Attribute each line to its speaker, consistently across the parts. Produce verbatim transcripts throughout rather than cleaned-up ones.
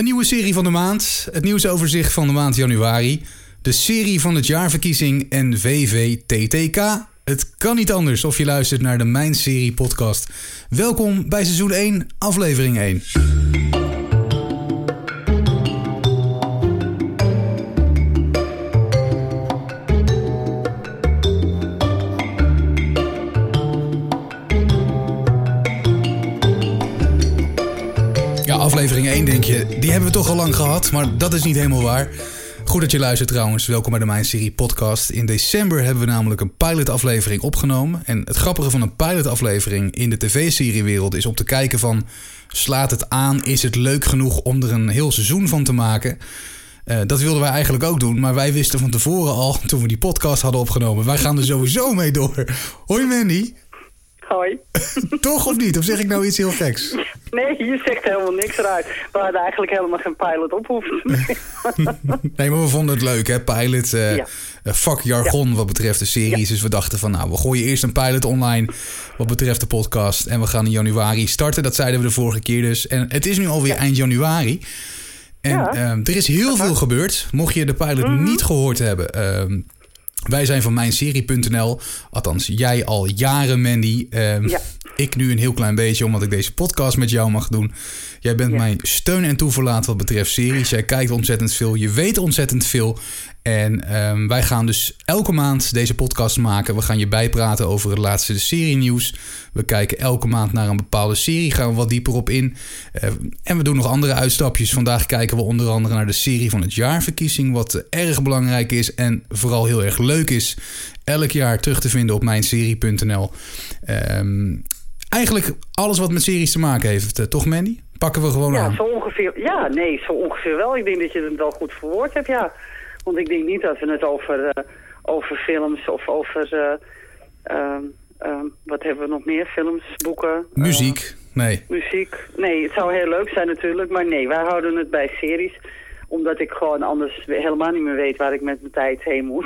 Speaker 1: Een nieuwe serie van de maand. Het nieuwsoverzicht van de maand januari. De serie van het jaarverkiezing en V V T T K. Het kan niet anders of je luistert naar de Mijn Serie podcast. Welkom bij seizoen één, aflevering één. Ja, aflevering één denk je, die hebben we toch al lang gehad, maar dat is niet helemaal waar. Goed dat je luistert trouwens, welkom bij de Mijn Serie podcast. In december hebben we namelijk een pilotaflevering opgenomen. En het grappige van een pilotaflevering in de tv-seriewereld is om te kijken van... slaat het aan, is het leuk genoeg om er een heel seizoen van te maken? Uh, dat wilden wij eigenlijk ook doen, maar wij wisten van tevoren al, toen we die podcast hadden opgenomen... wij gaan er sowieso mee door. Hoi Mandy.
Speaker 2: Hoi.
Speaker 1: Toch of niet? Of zeg ik nou iets heel geks?
Speaker 2: Nee, je zegt helemaal niks eruit. We hadden eigenlijk helemaal geen pilot op hoeven.
Speaker 1: Nee, maar we vonden het leuk, hè? Pilot, uh,
Speaker 2: ja.
Speaker 1: vakjargon
Speaker 2: ja.
Speaker 1: wat betreft de series. Ja. Dus we dachten van, nou, we gooien eerst een pilot online wat betreft de podcast. En we gaan in januari starten. Dat zeiden we de vorige keer dus. En het is nu alweer ja. eind januari. En ja. uh, er is heel veel gebeurd. Mocht je de pilot mm-hmm. niet gehoord hebben... Uh, wij zijn van mijnserie punt n l. Althans, jij al jaren, Mandy. Um, ja. Ik nu een heel klein beetje, omdat ik deze podcast met jou mag doen. Jij bent ja. mijn steun en toeverlaat wat betreft series. Jij kijkt ontzettend veel, je weet ontzettend veel. En um, wij gaan dus elke maand deze podcast maken. We gaan je bijpraten over het laatste serienieuws. We kijken elke maand naar een bepaalde serie, gaan we wat dieper op in. Uh, en we doen nog andere uitstapjes. Vandaag kijken we onder andere naar de serie van het jaarverkiezing... wat erg belangrijk is en vooral heel erg leuk is. Elk jaar terug te vinden op mijnserie punt n l. Um, eigenlijk alles wat met series te maken heeft, uh, toch Mandy? Pakken we gewoon
Speaker 2: ja,
Speaker 1: aan.
Speaker 2: Zo ongeveer, ja, nee, zo ongeveer wel. Ik denk dat je het wel goed verwoord hebt, ja. Want ik denk niet dat we het over, uh, over films of over... Uh, uh, uh, wat hebben we nog meer? Films, boeken?
Speaker 1: Muziek, uh, nee.
Speaker 2: Muziek. Nee, het zou heel leuk zijn natuurlijk. Maar nee, wij houden het bij series. Omdat ik gewoon anders helemaal niet meer weet waar ik met mijn tijd heen moet.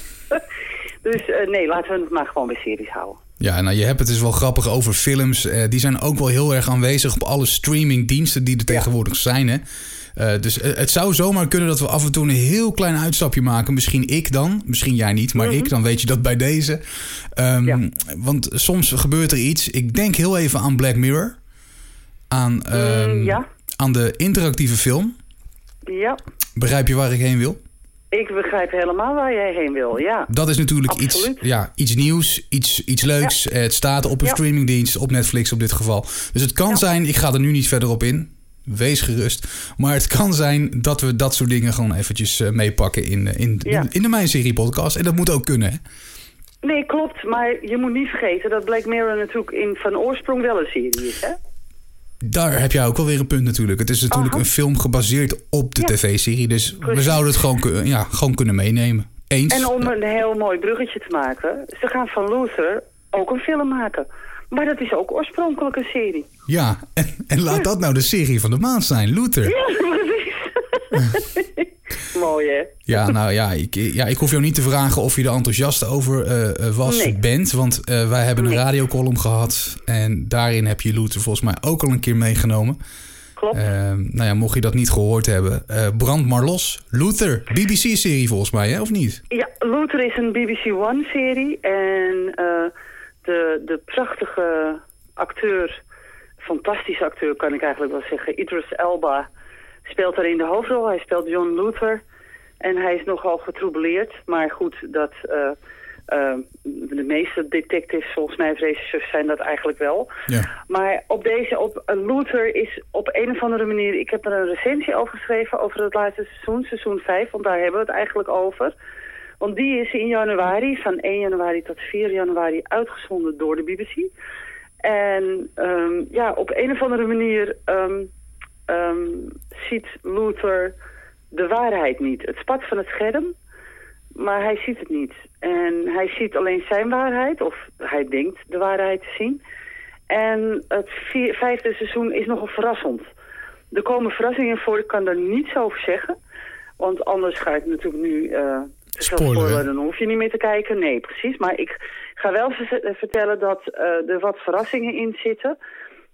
Speaker 2: Dus uh, nee, laten we het maar gewoon bij series houden.
Speaker 1: Ja, nou je hebt het dus wel grappig over films. Uh, die zijn ook wel heel erg aanwezig op alle streamingdiensten die er tegenwoordig ja. zijn, hè. Uh, dus uh, het zou zomaar kunnen dat we af en toe een heel klein uitstapje maken. Misschien ik dan, misschien jij niet, maar mm-hmm. ik. Dan weet je dat bij deze. Um, ja. Want soms gebeurt er iets. Ik denk heel even aan Black Mirror. Aan, um, mm, ja. aan de interactieve film.
Speaker 2: Ja.
Speaker 1: Begrijp je waar ik heen wil?
Speaker 2: Ik begrijp helemaal waar jij heen wil, ja.
Speaker 1: Dat is natuurlijk iets, ja, iets nieuws, iets, iets leuks. Ja. Het staat op een ja. streamingdienst, op Netflix op dit geval. Dus het kan ja. zijn, ik ga er nu niet verder op in... Wees gerust. Maar het kan zijn dat we dat soort dingen gewoon eventjes uh, meepakken in, in, ja. in, in de Mijn Serie podcast. En dat moet ook kunnen, hè?
Speaker 2: Nee, klopt. Maar je moet niet vergeten dat Black Mirror natuurlijk in van oorsprong wel een serie is, hè?
Speaker 1: Daar heb jij ook wel weer een punt natuurlijk. Het is natuurlijk Aha. een film gebaseerd op de ja. tv-serie. Dus Precies. we zouden het gewoon, ja, gewoon kunnen meenemen. Eens.
Speaker 2: En om een heel mooi bruggetje te maken... ze gaan van Luther ook een film maken... Maar dat is ook oorspronkelijk een serie.
Speaker 1: Ja, en, en laat ja. dat nou de serie van de maand zijn, Luther.
Speaker 2: Ja, precies. Mooi, hè?
Speaker 1: Ja, nou ja ik, ja, ik hoef jou niet te vragen of je er enthousiast over uh, was, nee. bent. Want uh, wij hebben een nee. radiocolumn gehad. En daarin heb je Luther volgens mij ook al een keer meegenomen.
Speaker 2: Klopt.
Speaker 1: Uh, nou ja, mocht je dat niet gehoord hebben. Uh, brand maar los. Luther, B B C-serie volgens mij, hè? Of niet?
Speaker 2: Ja, Luther is een B B C One-serie. En... Uh, De, de prachtige acteur, fantastische acteur kan ik eigenlijk wel zeggen, Idris Elba, speelt daarin de hoofdrol. Hij speelt John Luther en hij is nogal getroubleerd. Maar goed, dat, uh, uh, de meeste detectives, volgens mij, of regisseurs zijn dat eigenlijk wel. Ja. Maar op deze, op uh, Luther is op een of andere manier, ik heb er een recensie over geschreven over het laatste seizoen, seizoen vijf, want daar hebben we het eigenlijk over. Want die is in januari, van één januari tot vier januari, uitgezonden door de B B C. En um, ja, op een of andere manier um, um, ziet Luther de waarheid niet. Het spat van het scherm, maar hij ziet het niet. En hij ziet alleen zijn waarheid, of hij denkt de waarheid te zien. En het vier, vijfde seizoen is nogal verrassend. Er komen verrassingen voor, ik kan daar niets over zeggen. Want anders ga ik natuurlijk nu... Uh, Spoiler, dan hoef je niet meer te kijken. Nee, precies. Maar ik ga wel vertellen dat uh, er wat verrassingen in zitten.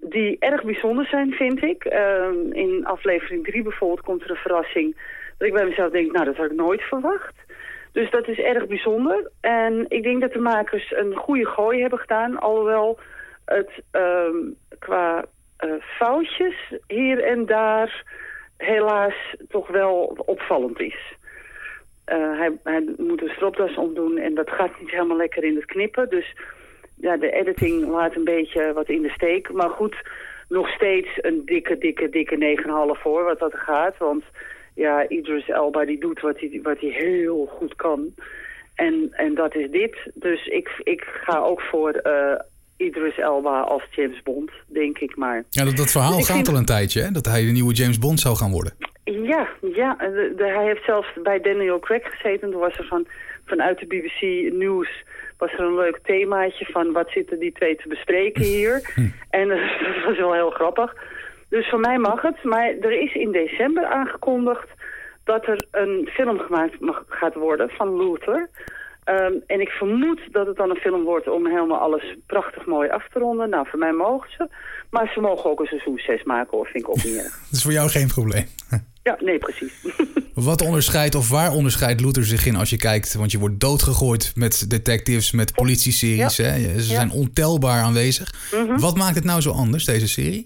Speaker 2: die erg bijzonder zijn, vind ik. Uh, in aflevering drie bijvoorbeeld komt er een verrassing dat ik bij mezelf denk, nou, dat had ik nooit verwacht. Dus dat is erg bijzonder. En ik denk dat de makers een goede gooi hebben gedaan, alhoewel het um, qua uh, foutjes hier en daar helaas toch wel opvallend is. Uh, hij, hij moet een stropdas omdoen en dat gaat niet helemaal lekker in het knippen. Dus ja, de editing laat een beetje wat in de steek. Maar goed, nog steeds een dikke, dikke, dikke negen komma vijf voor wat dat gaat. Want ja, Idris Elba die doet wat hij, wat hij heel goed kan. En, en dat is dit. Dus ik, ik ga ook voor uh, Idris Elba als James Bond, denk ik maar.
Speaker 1: Ja, dat, dat verhaal dus gaat vind... al een tijdje, hè? Dat hij de nieuwe James Bond zou gaan worden.
Speaker 2: Ja, ja. De, de, hij heeft zelfs bij Daniel Craig gezeten. Toen was er van, vanuit de B B C News was er een leuk themaatje van wat zitten die twee te bespreken hier. En dat was wel heel grappig. Dus voor mij mag het. Maar er is in december aangekondigd dat er een film gemaakt mag, gaat worden van Luther. Um, en ik vermoed dat het dan een film wordt om helemaal alles prachtig mooi af te ronden. Nou, voor mij mogen ze. Maar ze mogen ook een seizoen zes maken, hoor. Vind ik ook niet erg.
Speaker 1: Dat is voor jou geen probleem.
Speaker 2: Ja, nee, precies.
Speaker 1: Wat onderscheidt of waar onderscheidt Luther zich in als je kijkt? Want je wordt doodgegooid met detectives, met politieseries. Ja. Hè? Ze ja. zijn ontelbaar aanwezig. Mm-hmm. Wat maakt het nou zo anders, deze serie?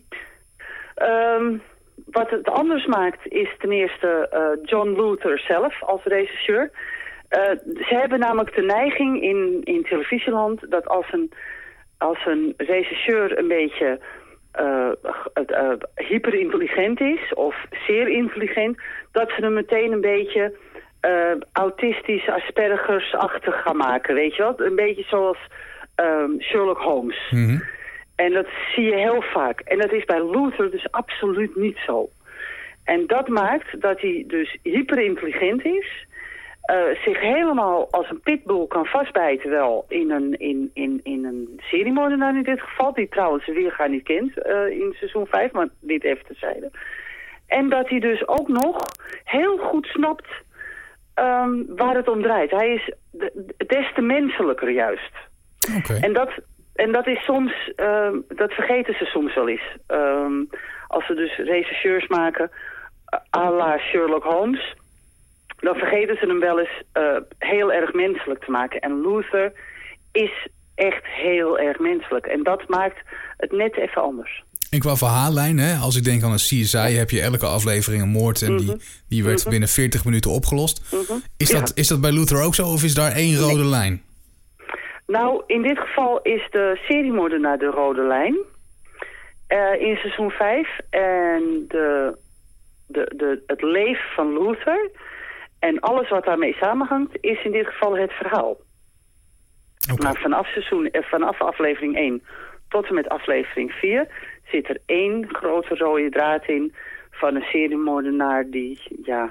Speaker 2: Um, wat het anders maakt is ten eerste uh, John Luther zelf als regisseur. Uh, ze hebben namelijk de neiging in, in televisieland dat als een, als een regisseur een beetje uh, uh, hyperintelligent is of zeer intelligent, dat ze hem meteen een beetje uh, autistisch, Aspergers-achtig gaan maken. Weet je wat? Een beetje zoals um, Sherlock Holmes. Mm-hmm. En dat zie je heel vaak. En dat is bij Luther dus absoluut niet zo. En dat maakt dat hij dus hyperintelligent is, Uh, zich helemaal als een pitbull kan vastbijten wel in een, in, in, in een seriemoordenaar in dit geval, die trouwens weerga niet kent uh, in seizoen vijf, maar dit even terzijde. En dat hij dus ook nog heel goed snapt um, waar het om draait. Hij is de, des te menselijker juist.
Speaker 1: Okay.
Speaker 2: En dat, en dat is soms, um, dat vergeten ze soms wel eens. Um, als ze dus regisseurs maken à la Sherlock Holmes, dan vergeten ze hem wel eens uh, heel erg menselijk te maken. En Luther is echt heel erg menselijk. En dat maakt het net even anders.
Speaker 1: En qua verhaallijn, hè, als ik denk aan een C S I, heb je elke aflevering een moord en mm-hmm. die, die werd mm-hmm. binnen veertig minuten opgelost. Mm-hmm. Is, dat, ja. is dat bij Luther ook zo of is daar één rode nee. lijn?
Speaker 2: Nou, in dit geval is de seriemoordenaar de rode lijn. Uh, in seizoen vijf. En de, de, de, het leven van Luther en alles wat daarmee samenhangt is in dit geval het verhaal. Okay. Maar vanaf, seizoen, vanaf aflevering één tot en met aflevering vier zit er één grote rode draad in van een seriemoordenaar die, ja,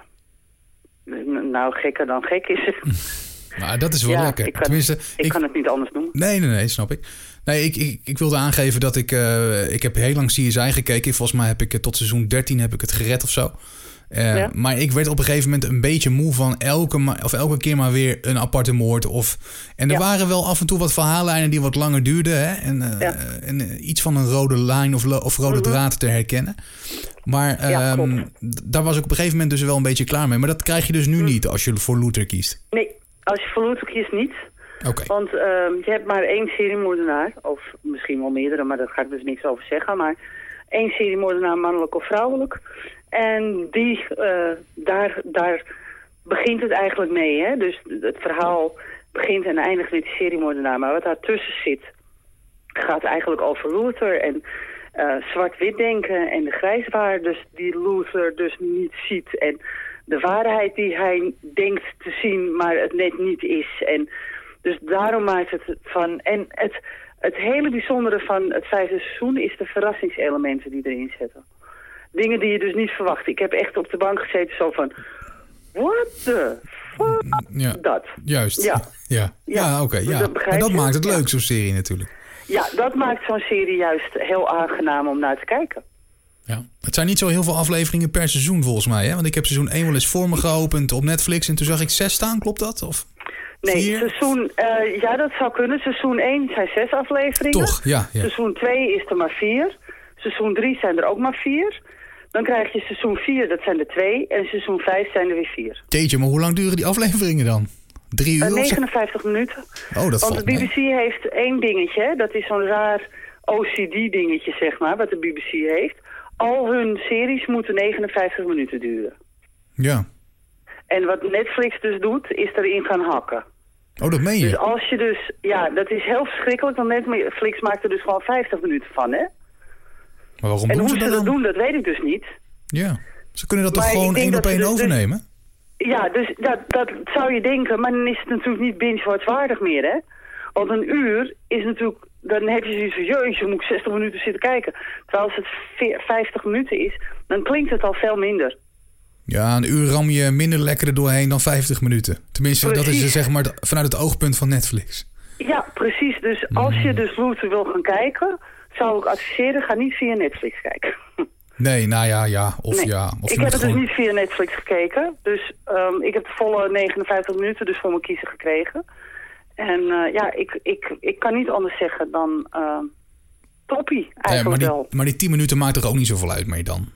Speaker 2: nou gekker dan gek is.
Speaker 1: Maar dat is wel
Speaker 2: ja,
Speaker 1: lekker.
Speaker 2: Ik, kan,
Speaker 1: Tenminste,
Speaker 2: ik, ik kan het niet anders noemen.
Speaker 1: Nee, nee, nee, snap ik. Nee, ik, ik, ik wilde aangeven dat ik, uh, ik heb heel lang C S I gekeken. Volgens mij heb ik tot seizoen dertien heb ik het gered of zo. Uh, ja. Maar ik werd op een gegeven moment een beetje moe van elke, ma- of elke keer maar weer een aparte moord. Of, en er ja. waren wel af en toe wat verhaallijnen die wat langer duurden. Hè? En, uh, ja. en uh, iets van een rode lijn of, lo- of rode mm-hmm. draad te herkennen. Maar
Speaker 2: ja,
Speaker 1: um, daar was ik op een gegeven moment dus wel een beetje klaar mee. Maar dat krijg je dus nu mm. niet als je voor Luther kiest.
Speaker 2: Nee, als je voor Luther kiest niet.
Speaker 1: Okay.
Speaker 2: Want uh, je hebt maar één seriemoordenaar. Of misschien wel meerdere, maar daar ga ik dus niks over zeggen. Maar één seriemoordenaar, mannelijk of vrouwelijk. En die, uh, daar, daar begint het eigenlijk mee. Hè? Dus het verhaal begint en eindigt met die seriemoordenaar. Maar wat daartussen zit, gaat eigenlijk over Luther en uh, zwart-wit denken en de grijswaarders die Luther dus niet ziet. En de waarheid die hij denkt te zien, maar het net niet is. En dus daarom maakt het van... En het, het hele bijzondere van het vijfde seizoen is de verrassingselementen die erin zitten. Dingen die je dus niet verwacht. Ik heb echt op de bank gezeten zo van... What the fuck?
Speaker 1: Ja,
Speaker 2: dat.
Speaker 1: Juist. Ja, ja. ja. ja oké. Okay, ja.
Speaker 2: Dat
Speaker 1: en dat
Speaker 2: je?
Speaker 1: maakt het leuk,
Speaker 2: ja.
Speaker 1: zo'n serie natuurlijk.
Speaker 2: Ja, dat maakt zo'n serie juist heel aangenaam om naar te kijken.
Speaker 1: Ja. Het zijn niet zo heel veel afleveringen per seizoen volgens mij. Hè? Want ik heb seizoen één wel eens voor me geopend op Netflix... en toen zag ik zes staan. Klopt dat? Of
Speaker 2: nee,
Speaker 1: vier?
Speaker 2: seizoen... Uh, ja, dat zou kunnen. Seizoen één zijn zes afleveringen.
Speaker 1: Toch, ja. ja.
Speaker 2: Seizoen twee is er maar vier. Seizoen drie zijn er ook maar vier. Dan krijg je seizoen vier, dat zijn er twee. En seizoen vijf zijn er weer vier.
Speaker 1: Jeetje, maar hoe lang duren die afleveringen dan? Drie uur? Uh,
Speaker 2: negenenvijftig minuten.
Speaker 1: Oh, dat
Speaker 2: Want de B B C mee. heeft één dingetje, hè? Dat is zo'n raar O C D-dingetje, zeg maar, wat de B B C heeft. Al hun series moeten negenenvijftig minuten duren.
Speaker 1: Ja.
Speaker 2: En wat Netflix dus doet, is erin gaan hakken.
Speaker 1: Oh, dat meen je?
Speaker 2: Dus als je dus... Ja, dat is heel verschrikkelijk, want Netflix maakt er dus gewoon vijftig minuten van, hè?
Speaker 1: Maar waarom
Speaker 2: en
Speaker 1: doen
Speaker 2: hoe
Speaker 1: ze
Speaker 2: ze
Speaker 1: dat
Speaker 2: dat
Speaker 1: dan?
Speaker 2: doen, dat weet ik dus niet.
Speaker 1: Ja, ze kunnen dat
Speaker 2: maar
Speaker 1: toch gewoon één op één dus, overnemen?
Speaker 2: Dus, ja, dus dat, dat zou je denken, maar dan is het natuurlijk niet binge-watchwaardig meer, hè? Want een uur is natuurlijk... Dan heb je zoiets van, jeetje, moet ik zestig minuten zitten kijken. Terwijl als het vijftig minuten is, dan klinkt het al veel minder.
Speaker 1: Ja, een uur ram je minder lekker er doorheen dan vijftig minuten. Tenminste,
Speaker 2: precies.
Speaker 1: Dat is zeg maar vanuit het oogpunt van Netflix.
Speaker 2: Ja, precies. Dus als je dus Luther wil gaan kijken, zou ik adviseren, ga niet via Netflix kijken.
Speaker 1: Nee, nou ja, ja. Of
Speaker 2: nee.
Speaker 1: ja. Of
Speaker 2: ik heb het gewoon... dus niet via Netflix gekeken. Dus um, ik heb de volle negenenvijftig minuten dus voor mijn kiezen gekregen. En uh, ja, ik, ik, ik kan niet anders zeggen dan uh, toppie eigenlijk
Speaker 1: nee, maar die,
Speaker 2: wel.
Speaker 1: Maar die tien minuten maakt er ook niet zoveel uit mee dan?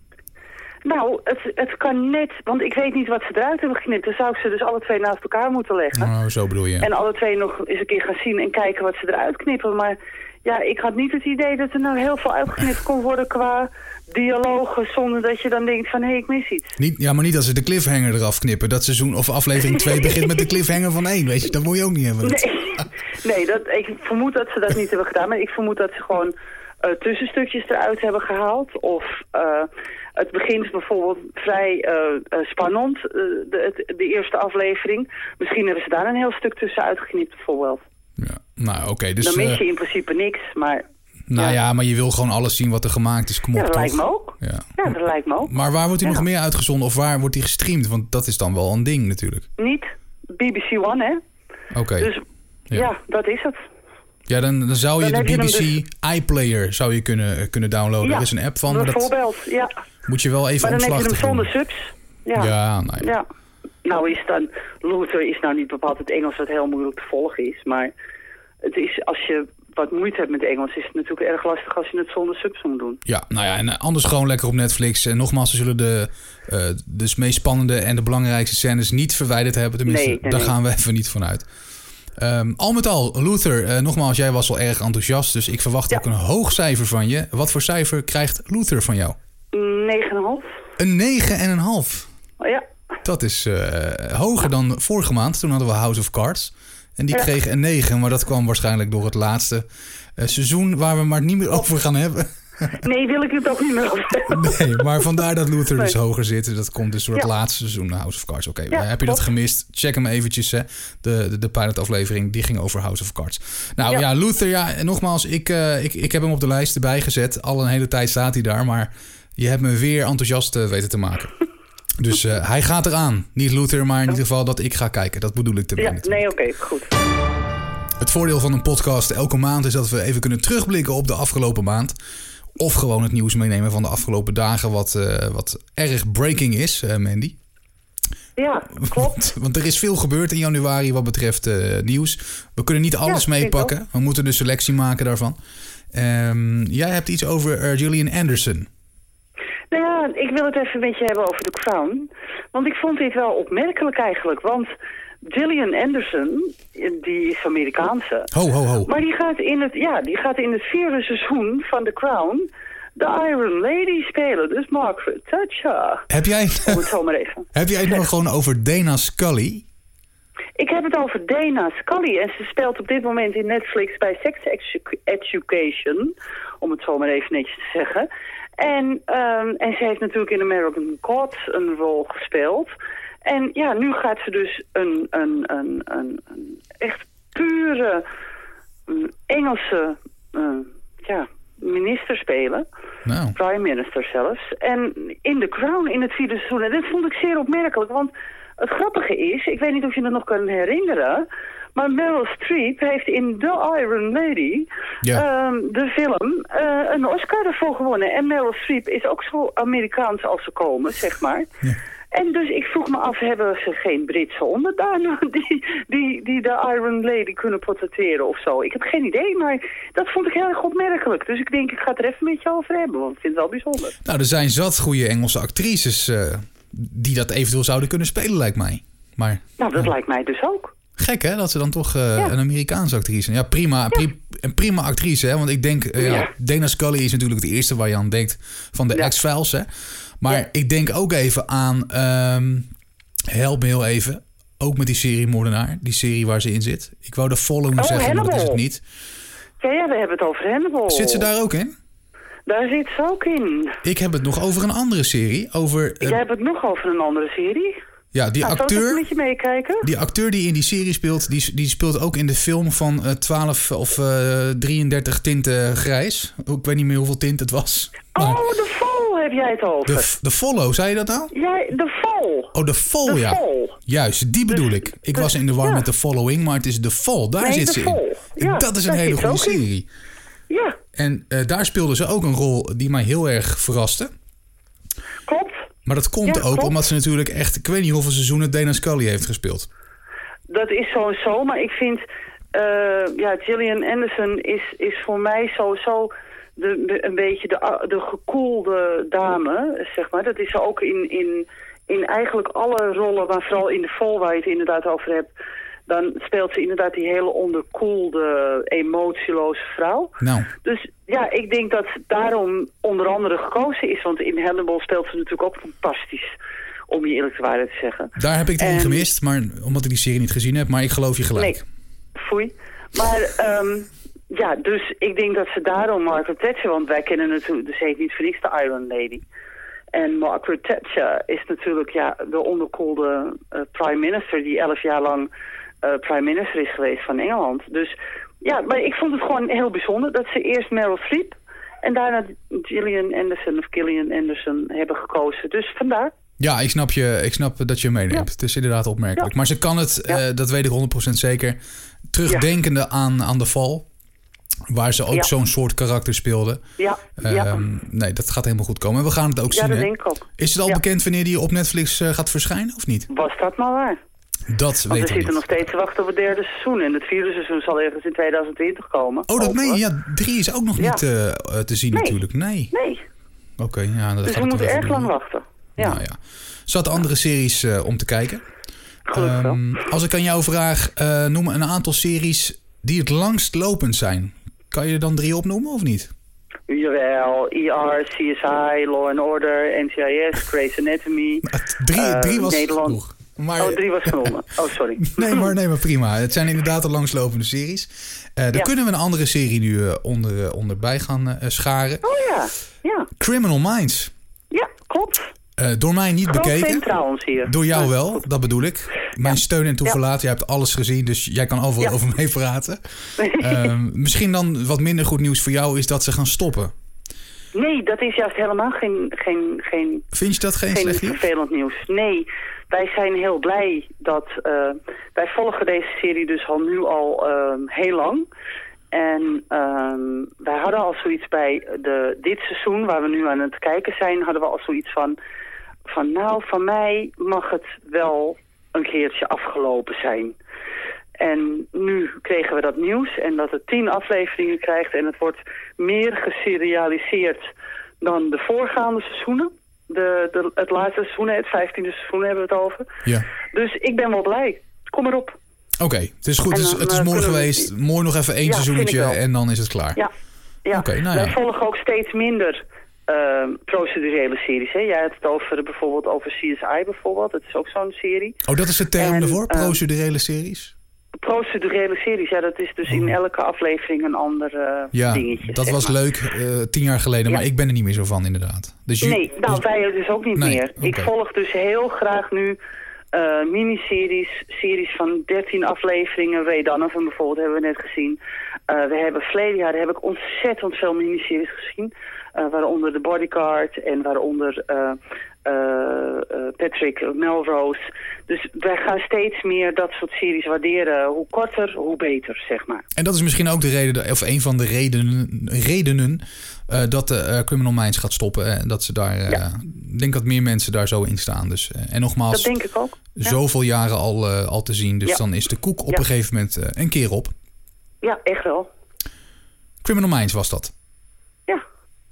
Speaker 2: Nou, het, het kan net, want ik weet niet wat ze eruit hebben geknipt. Dan zou ik ze dus alle twee naast elkaar moeten leggen.
Speaker 1: Oh, zo bedoel je.
Speaker 2: En alle twee nog eens een keer gaan zien en kijken wat ze eruit knippen. Maar ja, ik had niet het idee dat er nou heel veel uitgeknipt kon worden qua dialogen, zonder dat je dan denkt van, hé, hey, ik mis iets.
Speaker 1: Niet, ja, maar niet als ze de cliffhanger eraf knippen. Dat seizoen of aflevering twee begint met de cliffhanger van één, weet je. Dat moet je ook niet hebben.
Speaker 2: Nee, nee dat, ik vermoed dat ze dat niet hebben gedaan. Maar ik vermoed dat ze gewoon uh, tussenstukjes eruit hebben gehaald. Of uh, het begint bijvoorbeeld vrij uh, uh, spannend, uh, de, de eerste aflevering. Misschien hebben ze daar een heel stuk tussen uitgeknipt bijvoorbeeld.
Speaker 1: Ja, nou oké. Okay, dus,
Speaker 2: dan mis je
Speaker 1: uh,
Speaker 2: in principe niks, maar...
Speaker 1: Nou ja. ja, maar je wil gewoon alles zien wat er gemaakt is. Kom op,
Speaker 2: ja, dat
Speaker 1: toch?
Speaker 2: lijkt me ook. Ja. ja, dat lijkt me ook.
Speaker 1: Maar waar wordt hij
Speaker 2: ja.
Speaker 1: nog meer uitgezonden of waar wordt hij gestreamd? Want dat is dan wel een ding natuurlijk.
Speaker 2: Niet. B B C One, hè?
Speaker 1: Oké. Okay.
Speaker 2: Dus ja. ja, dat is het.
Speaker 1: Ja, dan, dan zou je
Speaker 2: dan
Speaker 1: de B B C
Speaker 2: dus...
Speaker 1: iPlayer zou je kunnen, kunnen downloaden.
Speaker 2: Ja,
Speaker 1: er is een app van.
Speaker 2: bijvoorbeeld,
Speaker 1: dat
Speaker 2: ja.
Speaker 1: Moet je wel even
Speaker 2: maar dan heb je hem zonder
Speaker 1: doen.
Speaker 2: subs. Ja,
Speaker 1: ja, nou ja.
Speaker 2: ja. Nou is dan... Luther is nou niet bepaald het Engels wat heel moeilijk te volgen is, maar het is als je wat moeite hebt met Engels, is het natuurlijk erg lastig als je het zonder subs moet doen.
Speaker 1: Ja, nou ja, en anders gewoon lekker op Netflix. En nogmaals, ze zullen de, uh, de meest spannende en de belangrijkste scènes niet verwijderd hebben. Tenminste, nee, nee, daar nee. gaan we even niet van uit. Um, al met al, Luther, uh, nogmaals, jij was al erg enthousiast, dus ik verwacht ja. ook een hoog cijfer van je. Wat voor cijfer krijgt Luther van jou?
Speaker 2: negen komma vijf.
Speaker 1: Een negen komma vijf?
Speaker 2: Oh, ja.
Speaker 1: Dat is uh, hoger dan vorige maand. Toen hadden we House of Cards. En die ja. kreeg een negen, maar dat kwam waarschijnlijk door het laatste uh, seizoen waar we maar niet meer over gaan hebben.
Speaker 2: Nee, wil ik het ook niet meer over hebben.
Speaker 1: Nee, maar vandaar dat Luther nee. dus hoger zit. Dat komt dus door het ja. laatste seizoen House of Cards. Oké, okay, ja, heb je klopt. dat gemist? Check hem eventjes. Hè. De, de, de pilotaflevering, die ging over House of Cards. Nou ja, ja Luther, ja, nogmaals, ik, uh, ik, ik heb hem op de lijst erbij gezet. Al een hele tijd staat hij daar, maar je hebt me weer enthousiast uh, weten te maken. Dus uh, hij gaat eraan. Niet Luther, maar in ieder geval dat ik ga kijken. Dat bedoel ik te
Speaker 2: Ja, nee, oké, okay, goed.
Speaker 1: Het voordeel van een podcast elke maand is dat we even kunnen terugblikken op de afgelopen maand. Of gewoon het nieuws meenemen van de afgelopen dagen, wat, uh, wat erg breaking is, uh, Mandy.
Speaker 2: Ja, klopt.
Speaker 1: Want, want er is veel gebeurd in januari wat betreft uh, nieuws. We kunnen niet alles ja, meepakken. We moeten de selectie maken daarvan. Um, jij hebt iets over uh, Gillian Anderson.
Speaker 2: Nou ja, ik wil het even met je hebben over The Crown. Want ik vond dit wel opmerkelijk eigenlijk. Want Gillian Anderson, die is Amerikaanse.
Speaker 1: Ho, ho, ho.
Speaker 2: Maar die gaat in het, ja, die gaat in het vierde seizoen van The Crown de Iron Lady spelen. Dus Margaret Thatcher.
Speaker 1: Heb jij,
Speaker 2: Om het zo maar even.
Speaker 1: Heb jij het nou gewoon over Dana Scully?
Speaker 2: Ik heb het over Dana Scully. En ze speelt op dit moment in Netflix bij Sex Education. Om het zo maar even netjes te zeggen. En, um, en ze heeft natuurlijk in American Gods een rol gespeeld. En ja, nu gaat ze dus een, een, een, een, een echt pure um, Engelse uh, ja, minister spelen.
Speaker 1: Nou.
Speaker 2: Prime minister zelfs. En in The Crown in het vierde seizoen. En dit vond ik zeer opmerkelijk. Want het grappige is, ik weet niet of je het nog kan herinneren, maar Meryl Streep heeft in The Iron Lady, ja. um, de film, uh, een Oscar ervoor gewonnen. En Meryl Streep is ook zo Amerikaans als ze komen, zeg maar.
Speaker 1: Ja.
Speaker 2: En dus ik vroeg me af, hebben ze geen Britse onderdanen die, die, die de Iron Lady kunnen portretteren of zo? Ik heb geen idee, maar dat vond ik heel erg opmerkelijk. Dus ik denk, ik ga het er even met je over hebben, want ik vind het wel bijzonder.
Speaker 1: Nou, er zijn zat goede Engelse actrices uh, die dat eventueel zouden kunnen spelen, lijkt mij. Maar,
Speaker 2: nou, dat
Speaker 1: uh,
Speaker 2: lijkt mij dus ook.
Speaker 1: Gek, hè? Dat ze dan toch uh, ja. een Amerikaanse actrice... Ja, prima. Ja. Pri- een prima actrice, hè? Want ik denk... Uh, ja. Ja, Dana Scully is natuurlijk het eerste waar je aan denkt van de ja. X-Files, hè? Maar ja. ik denk ook even aan... Um, help me heel even. Ook met die serie Moordenaar. Die serie waar ze in zit. Ik wou de Following
Speaker 2: oh,
Speaker 1: zeggen,
Speaker 2: Hannibal.
Speaker 1: maar dat is het niet.
Speaker 2: Ja, ja, we hebben het over Hannibal.
Speaker 1: Zit ze daar ook in?
Speaker 2: Daar zit ze ook in.
Speaker 1: Ik heb het nog over een andere serie. Over, uh,
Speaker 2: Jij hebt het nog over een andere serie?
Speaker 1: Ja, die
Speaker 2: nou,
Speaker 1: acteur,
Speaker 2: met je meekijken?
Speaker 1: die acteur die in die serie speelt, die, die speelt ook in de film van uh, twaalf of uh, drieëndertig tinten grijs. Ik weet niet meer hoeveel tint het was.
Speaker 2: Maar... Oh, de Fall heb jij het over.
Speaker 1: De, de Follow, zei je dat nou?
Speaker 2: Ja, de Fall.
Speaker 1: Oh, de Fall,
Speaker 2: de
Speaker 1: ja.
Speaker 2: Fall.
Speaker 1: Juist, die bedoel
Speaker 2: dus,
Speaker 1: ik. Ik
Speaker 2: dus,
Speaker 1: was in de war
Speaker 2: ja.
Speaker 1: met de Following, maar het is de Fall. Daar
Speaker 2: nee,
Speaker 1: zit
Speaker 2: de
Speaker 1: ze
Speaker 2: Fall.
Speaker 1: in.
Speaker 2: Ja,
Speaker 1: dat is een hele goede serie.
Speaker 2: In. Ja.
Speaker 1: En uh, daar speelde ze ook een rol die mij heel erg verraste.
Speaker 2: Klopt.
Speaker 1: Maar dat komt
Speaker 2: ja,
Speaker 1: ook
Speaker 2: klopt.
Speaker 1: omdat ze natuurlijk echt... Ik weet niet hoeveel seizoenen Dana Scully heeft gespeeld.
Speaker 2: Dat is sowieso, maar ik vind... Uh, ja, Gillian Anderson is, is voor mij sowieso de, de, een beetje de, de gekoelde dame, zeg maar. Dat is ze ook in, in, in eigenlijk alle rollen, maar vooral in de Fall waar je het inderdaad over hebt... dan speelt ze inderdaad die hele onderkoelde, emotieloze vrouw.
Speaker 1: Nou.
Speaker 2: Dus ja, ik denk dat daarom onder andere gekozen is. Want in Hannibal speelt ze natuurlijk ook fantastisch, om je eerlijk te waarheid te zeggen.
Speaker 1: Daar heb ik het en... in gemist, maar omdat ik die serie niet gezien heb. Maar ik geloof je gelijk.
Speaker 2: Nee, foei. Maar um, ja, dus ik denk dat ze daarom Margaret Thatcher... want wij kennen natuurlijk, dus heet niet voor niks de Iron Lady... En Margaret Thatcher is natuurlijk ja, de onderkoelde uh, prime minister... die elf jaar lang uh, prime minister is geweest van Engeland. Dus ja, maar ik vond het gewoon heel bijzonder... dat ze eerst Meryl Streep en daarna Gillian Anderson of Gillian Anderson hebben gekozen. Dus vandaar.
Speaker 1: Ja, ik snap, je, ik snap dat je hem meeneemt. Ja. Het is inderdaad opmerkelijk. Ja. Maar ze kan het, ja. uh, dat weet ik honderd procent zeker... terugdenkende ja. aan, aan de Val... waar ze ook ja. zo'n soort karakter speelde.
Speaker 2: Ja.
Speaker 1: Uh,
Speaker 2: ja.
Speaker 1: Nee, dat gaat helemaal goed komen. En we gaan het ook
Speaker 2: ja,
Speaker 1: zien.
Speaker 2: Dat
Speaker 1: hè?
Speaker 2: denk ik ook.
Speaker 1: Is het al
Speaker 2: ja.
Speaker 1: bekend wanneer die op Netflix uh, gaat verschijnen of niet?
Speaker 2: Was dat maar waar?
Speaker 1: Dat
Speaker 2: Want
Speaker 1: weet
Speaker 2: we zitten nog steeds te wachten op het derde seizoen. En het vierde seizoen zal ergens in tweeduizend twintig komen.
Speaker 1: Oh, dat meen je? Ja, drie is ook nog ja. niet uh, te zien
Speaker 2: nee.
Speaker 1: natuurlijk. Nee.
Speaker 2: Nee.
Speaker 1: Oké, okay, ja. Dat
Speaker 2: dus
Speaker 1: gaat
Speaker 2: we moeten erg
Speaker 1: doen.
Speaker 2: lang wachten. Ja.
Speaker 1: Nou ja. Zat andere series uh, om te kijken.
Speaker 2: Gelukkig wel.
Speaker 1: Um, als ik aan jou vraag, uh, noem een aantal series die het langst lopend zijn. Kan je er dan drie opnoemen of niet?
Speaker 2: Jawel, E R, C S I, Law and Order, N C I S, Grey's Anatomy.
Speaker 1: drie,
Speaker 2: uh,
Speaker 1: drie was
Speaker 2: Nederland.
Speaker 1: genoeg. Maar,
Speaker 2: oh, drie was genomen. Oh, sorry.
Speaker 1: nee, maar, nee, maar prima. Het zijn inderdaad de langslopende series. Uh, dan ja. kunnen we een andere serie nu uh, onder, uh, onderbij gaan uh, scharen.
Speaker 2: Oh ja, ja.
Speaker 1: Criminal Minds.
Speaker 2: Ja, klopt.
Speaker 1: Uh, door mij niet
Speaker 2: Groot
Speaker 1: bekeken.
Speaker 2: fan trouwens hier.
Speaker 1: Door jou
Speaker 2: ja,
Speaker 1: wel,
Speaker 2: goed.
Speaker 1: dat bedoel ik. Mijn ja. steun en toeverlaat. Ja. Jij hebt alles gezien, dus jij kan overal ja. over mee praten. uh, misschien dan wat minder goed nieuws voor jou is dat ze gaan stoppen.
Speaker 2: Nee, dat is juist helemaal geen... geen, geen
Speaker 1: Vind je dat geen,
Speaker 2: geen
Speaker 1: slecht nieuws?
Speaker 2: vervelend nieuws. Nee, wij zijn heel blij dat... Uh, wij volgen deze serie dus al nu al uh, heel lang. En um, wij hadden al zoiets bij de, dit seizoen, waar we nu aan het kijken zijn... hadden we al zoiets van... van nou, van mij mag het wel een keertje afgelopen zijn. En nu kregen we dat nieuws en dat het tien afleveringen krijgt... en het wordt meer geserialiseerd dan de voorgaande seizoenen. De, de, het laatste seizoen, het vijftiende seizoen hebben we het over.
Speaker 1: Ja.
Speaker 2: Dus ik ben wel blij. Kom erop.
Speaker 1: Oké, okay, het is goed. Dan, het is, het is mooi geweest. We... Mooi nog even één ja, seizoentje en dan is het klaar.
Speaker 2: Ja, ja.
Speaker 1: Okay, nou
Speaker 2: wij
Speaker 1: ja.
Speaker 2: volgen ook steeds minder... Uh, procedurele series. Hè? Jij hebt het over bijvoorbeeld over C S I bijvoorbeeld. Dat is ook zo'n serie.
Speaker 1: Oh, dat is de term
Speaker 2: en,
Speaker 1: ervoor?
Speaker 2: Uh,
Speaker 1: procedurele series?
Speaker 2: Procedurele series, ja, dat is dus oh. in elke aflevering een ander uh,
Speaker 1: ja,
Speaker 2: dingetje.
Speaker 1: Dat was
Speaker 2: maar.
Speaker 1: leuk uh, tien jaar geleden, ja. maar ik ben er niet meer zo van inderdaad. Dus
Speaker 2: nee, nou
Speaker 1: dus...
Speaker 2: wij dus ook niet
Speaker 1: nee,
Speaker 2: meer.
Speaker 1: Okay.
Speaker 2: Ik volg dus heel graag nu uh, miniseries, series van dertien afleveringen. Ray Donovan bijvoorbeeld hebben we net gezien. Uh, we hebben verleden jaar heb ik ontzettend veel miniseries gezien. Uh, waaronder The Bodyguard en waaronder uh, uh, uh, Patrick Melrose. Dus wij gaan steeds meer dat soort series waarderen. Hoe korter, hoe beter, zeg maar.
Speaker 1: En dat is misschien ook de reden, of een van de redenen, redenen uh, dat de uh, Criminal Minds gaat stoppen. En dat ze daar, uh, ja. Ik denk dat meer mensen daar zo in staan. Dus, uh, en nogmaals,
Speaker 2: dat denk ik ook. Ja.
Speaker 1: Zoveel jaren al, uh, al te zien. Dus ja. dan is de koek op ja. een gegeven moment uh, een keer op.
Speaker 2: Ja, echt wel.
Speaker 1: Criminal Minds was dat.
Speaker 2: Ja.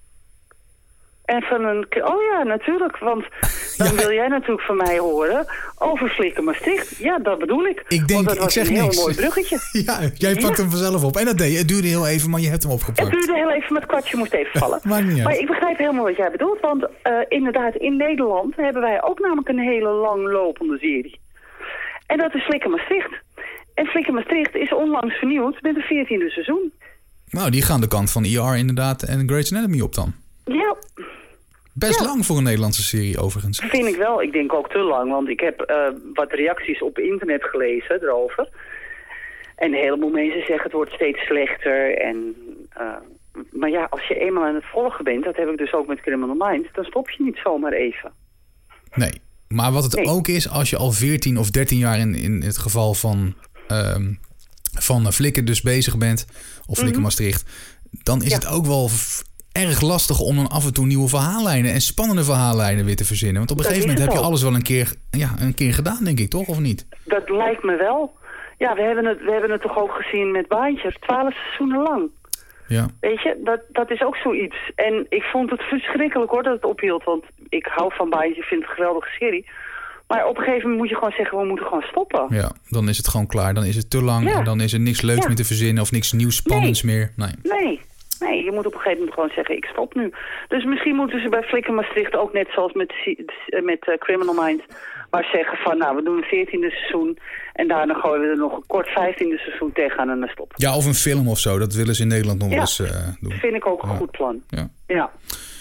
Speaker 2: En van een... Oh ja, natuurlijk. Want dan ja. wil jij natuurlijk van mij horen over Flikken Maastricht. Ja, dat bedoel ik.
Speaker 1: Ik denk,
Speaker 2: want dat
Speaker 1: ik
Speaker 2: was
Speaker 1: zeg
Speaker 2: een heel
Speaker 1: niks.
Speaker 2: mooi bruggetje.
Speaker 1: Ja, jij pakt ja. hem vanzelf op. En dat deed je. Het duurde heel even, maar je hebt hem opgepakt.
Speaker 2: Het duurde heel even, maar het kwartje moest even vallen.
Speaker 1: Maakt niet uit.
Speaker 2: Maar ik begrijp helemaal wat jij bedoelt. Want uh, inderdaad, in Nederland hebben wij ook namelijk een hele langlopende serie. En dat is Flikken Maastricht. En Flikken Maastricht is onlangs vernieuwd met een veertiende seizoen.
Speaker 1: Nou, die gaan de kant van E R inderdaad en Grey's Anatomy op dan.
Speaker 2: Ja.
Speaker 1: Best
Speaker 2: ja.
Speaker 1: lang voor een Nederlandse serie overigens.
Speaker 2: Vind ik wel. Ik denk ook te lang. Want ik heb uh, wat reacties op internet gelezen erover. En een heleboel mensen zeggen het wordt steeds slechter. En, uh, maar ja, als je eenmaal aan het volgen bent, dat heb ik dus ook met Criminal Minds, dan stop je niet zomaar even.
Speaker 1: Nee, maar wat het nee. ook is, als je al veertien of dertien jaar in, in het geval van... Um, van Flikken dus bezig bent, of Flikken mm-hmm. Maastricht, dan is ja. het ook wel f- erg lastig om dan af en toe nieuwe verhaallijnen en spannende verhaallijnen weer te verzinnen. Want op een dat gegeven moment heb je alles wel een keer, ja, een keer gedaan, denk ik, toch? Of niet?
Speaker 2: Dat lijkt me wel. Ja, we hebben het, we hebben het toch ook gezien met Baantjes, twaalf seizoenen lang.
Speaker 1: Ja.
Speaker 2: Weet je, dat, dat is ook zoiets. En ik vond het verschrikkelijk hoor dat het ophield, want ik hou van Baantjes, vind het een geweldige serie. Maar op een gegeven moment moet je gewoon zeggen, we moeten gewoon stoppen.
Speaker 1: Ja, dan is het gewoon klaar. Dan is het te lang ja. en dan is er niks leuks ja. meer te verzinnen of niks nieuws spannends
Speaker 2: nee.
Speaker 1: meer. Nee.
Speaker 2: nee, nee, je moet op een gegeven moment gewoon zeggen, ik stop nu. Dus misschien moeten ze bij Flikken Maastricht ook net zoals met, met uh, Criminal Minds, maar zeggen van, nou, we doen een veertiende seizoen en daarna gooien we er nog een kort vijftiende seizoen tegenaan en dan stoppen.
Speaker 1: Ja, of een film of zo. Dat willen ze in Nederland nog ja, eens uh, doen.
Speaker 2: Dat vind ik ook een ja. goed plan.
Speaker 1: Ja.
Speaker 2: ja.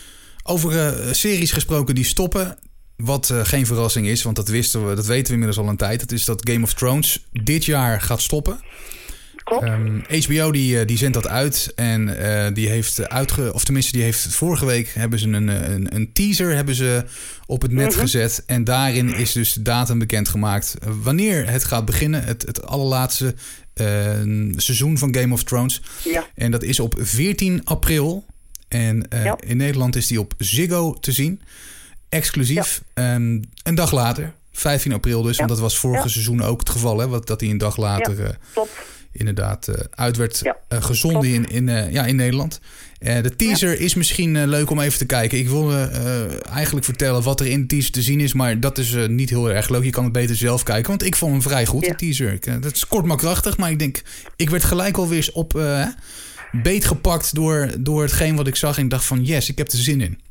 Speaker 1: Over uh, series gesproken die stoppen. Wat uh, geen verrassing is, want dat wisten we, dat weten we inmiddels al een tijd. Dat is dat Game of Thrones dit jaar gaat stoppen.
Speaker 2: Klopt.
Speaker 1: Um, H B O die, die zendt dat uit en uh, die heeft uitge, of tenminste die heeft vorige week hebben ze een, een, een teaser hebben ze op het net mm-hmm. gezet en daarin is dus de datum bekendgemaakt wanneer het gaat beginnen, het, het allerlaatste uh, seizoen van Game of Thrones.
Speaker 2: Ja.
Speaker 1: En dat is op veertien april en uh, ja. in Nederland is die op Ziggo te zien. Exclusief. Ja. Um, een dag later, vijftien april dus. Ja. Want dat was vorige ja. seizoen ook het geval. Hè, wat, dat hij een dag later ja, uh, inderdaad uh, uit werd ja. uh, gezonden in, in, uh, ja, in Nederland. Uh, de teaser ja. is misschien uh, leuk om even te kijken. Ik wil uh, eigenlijk vertellen wat er in de teaser te zien is. Maar dat is uh, niet heel erg leuk. Je kan het beter zelf kijken. Want ik vond hem vrij goed, ja. de teaser. Ik, uh, dat is kort maar krachtig. Maar ik denk, ik werd gelijk alweer eens op uh, beet gepakt door, door hetgeen wat ik zag. En ik dacht van yes, ik heb er zin in.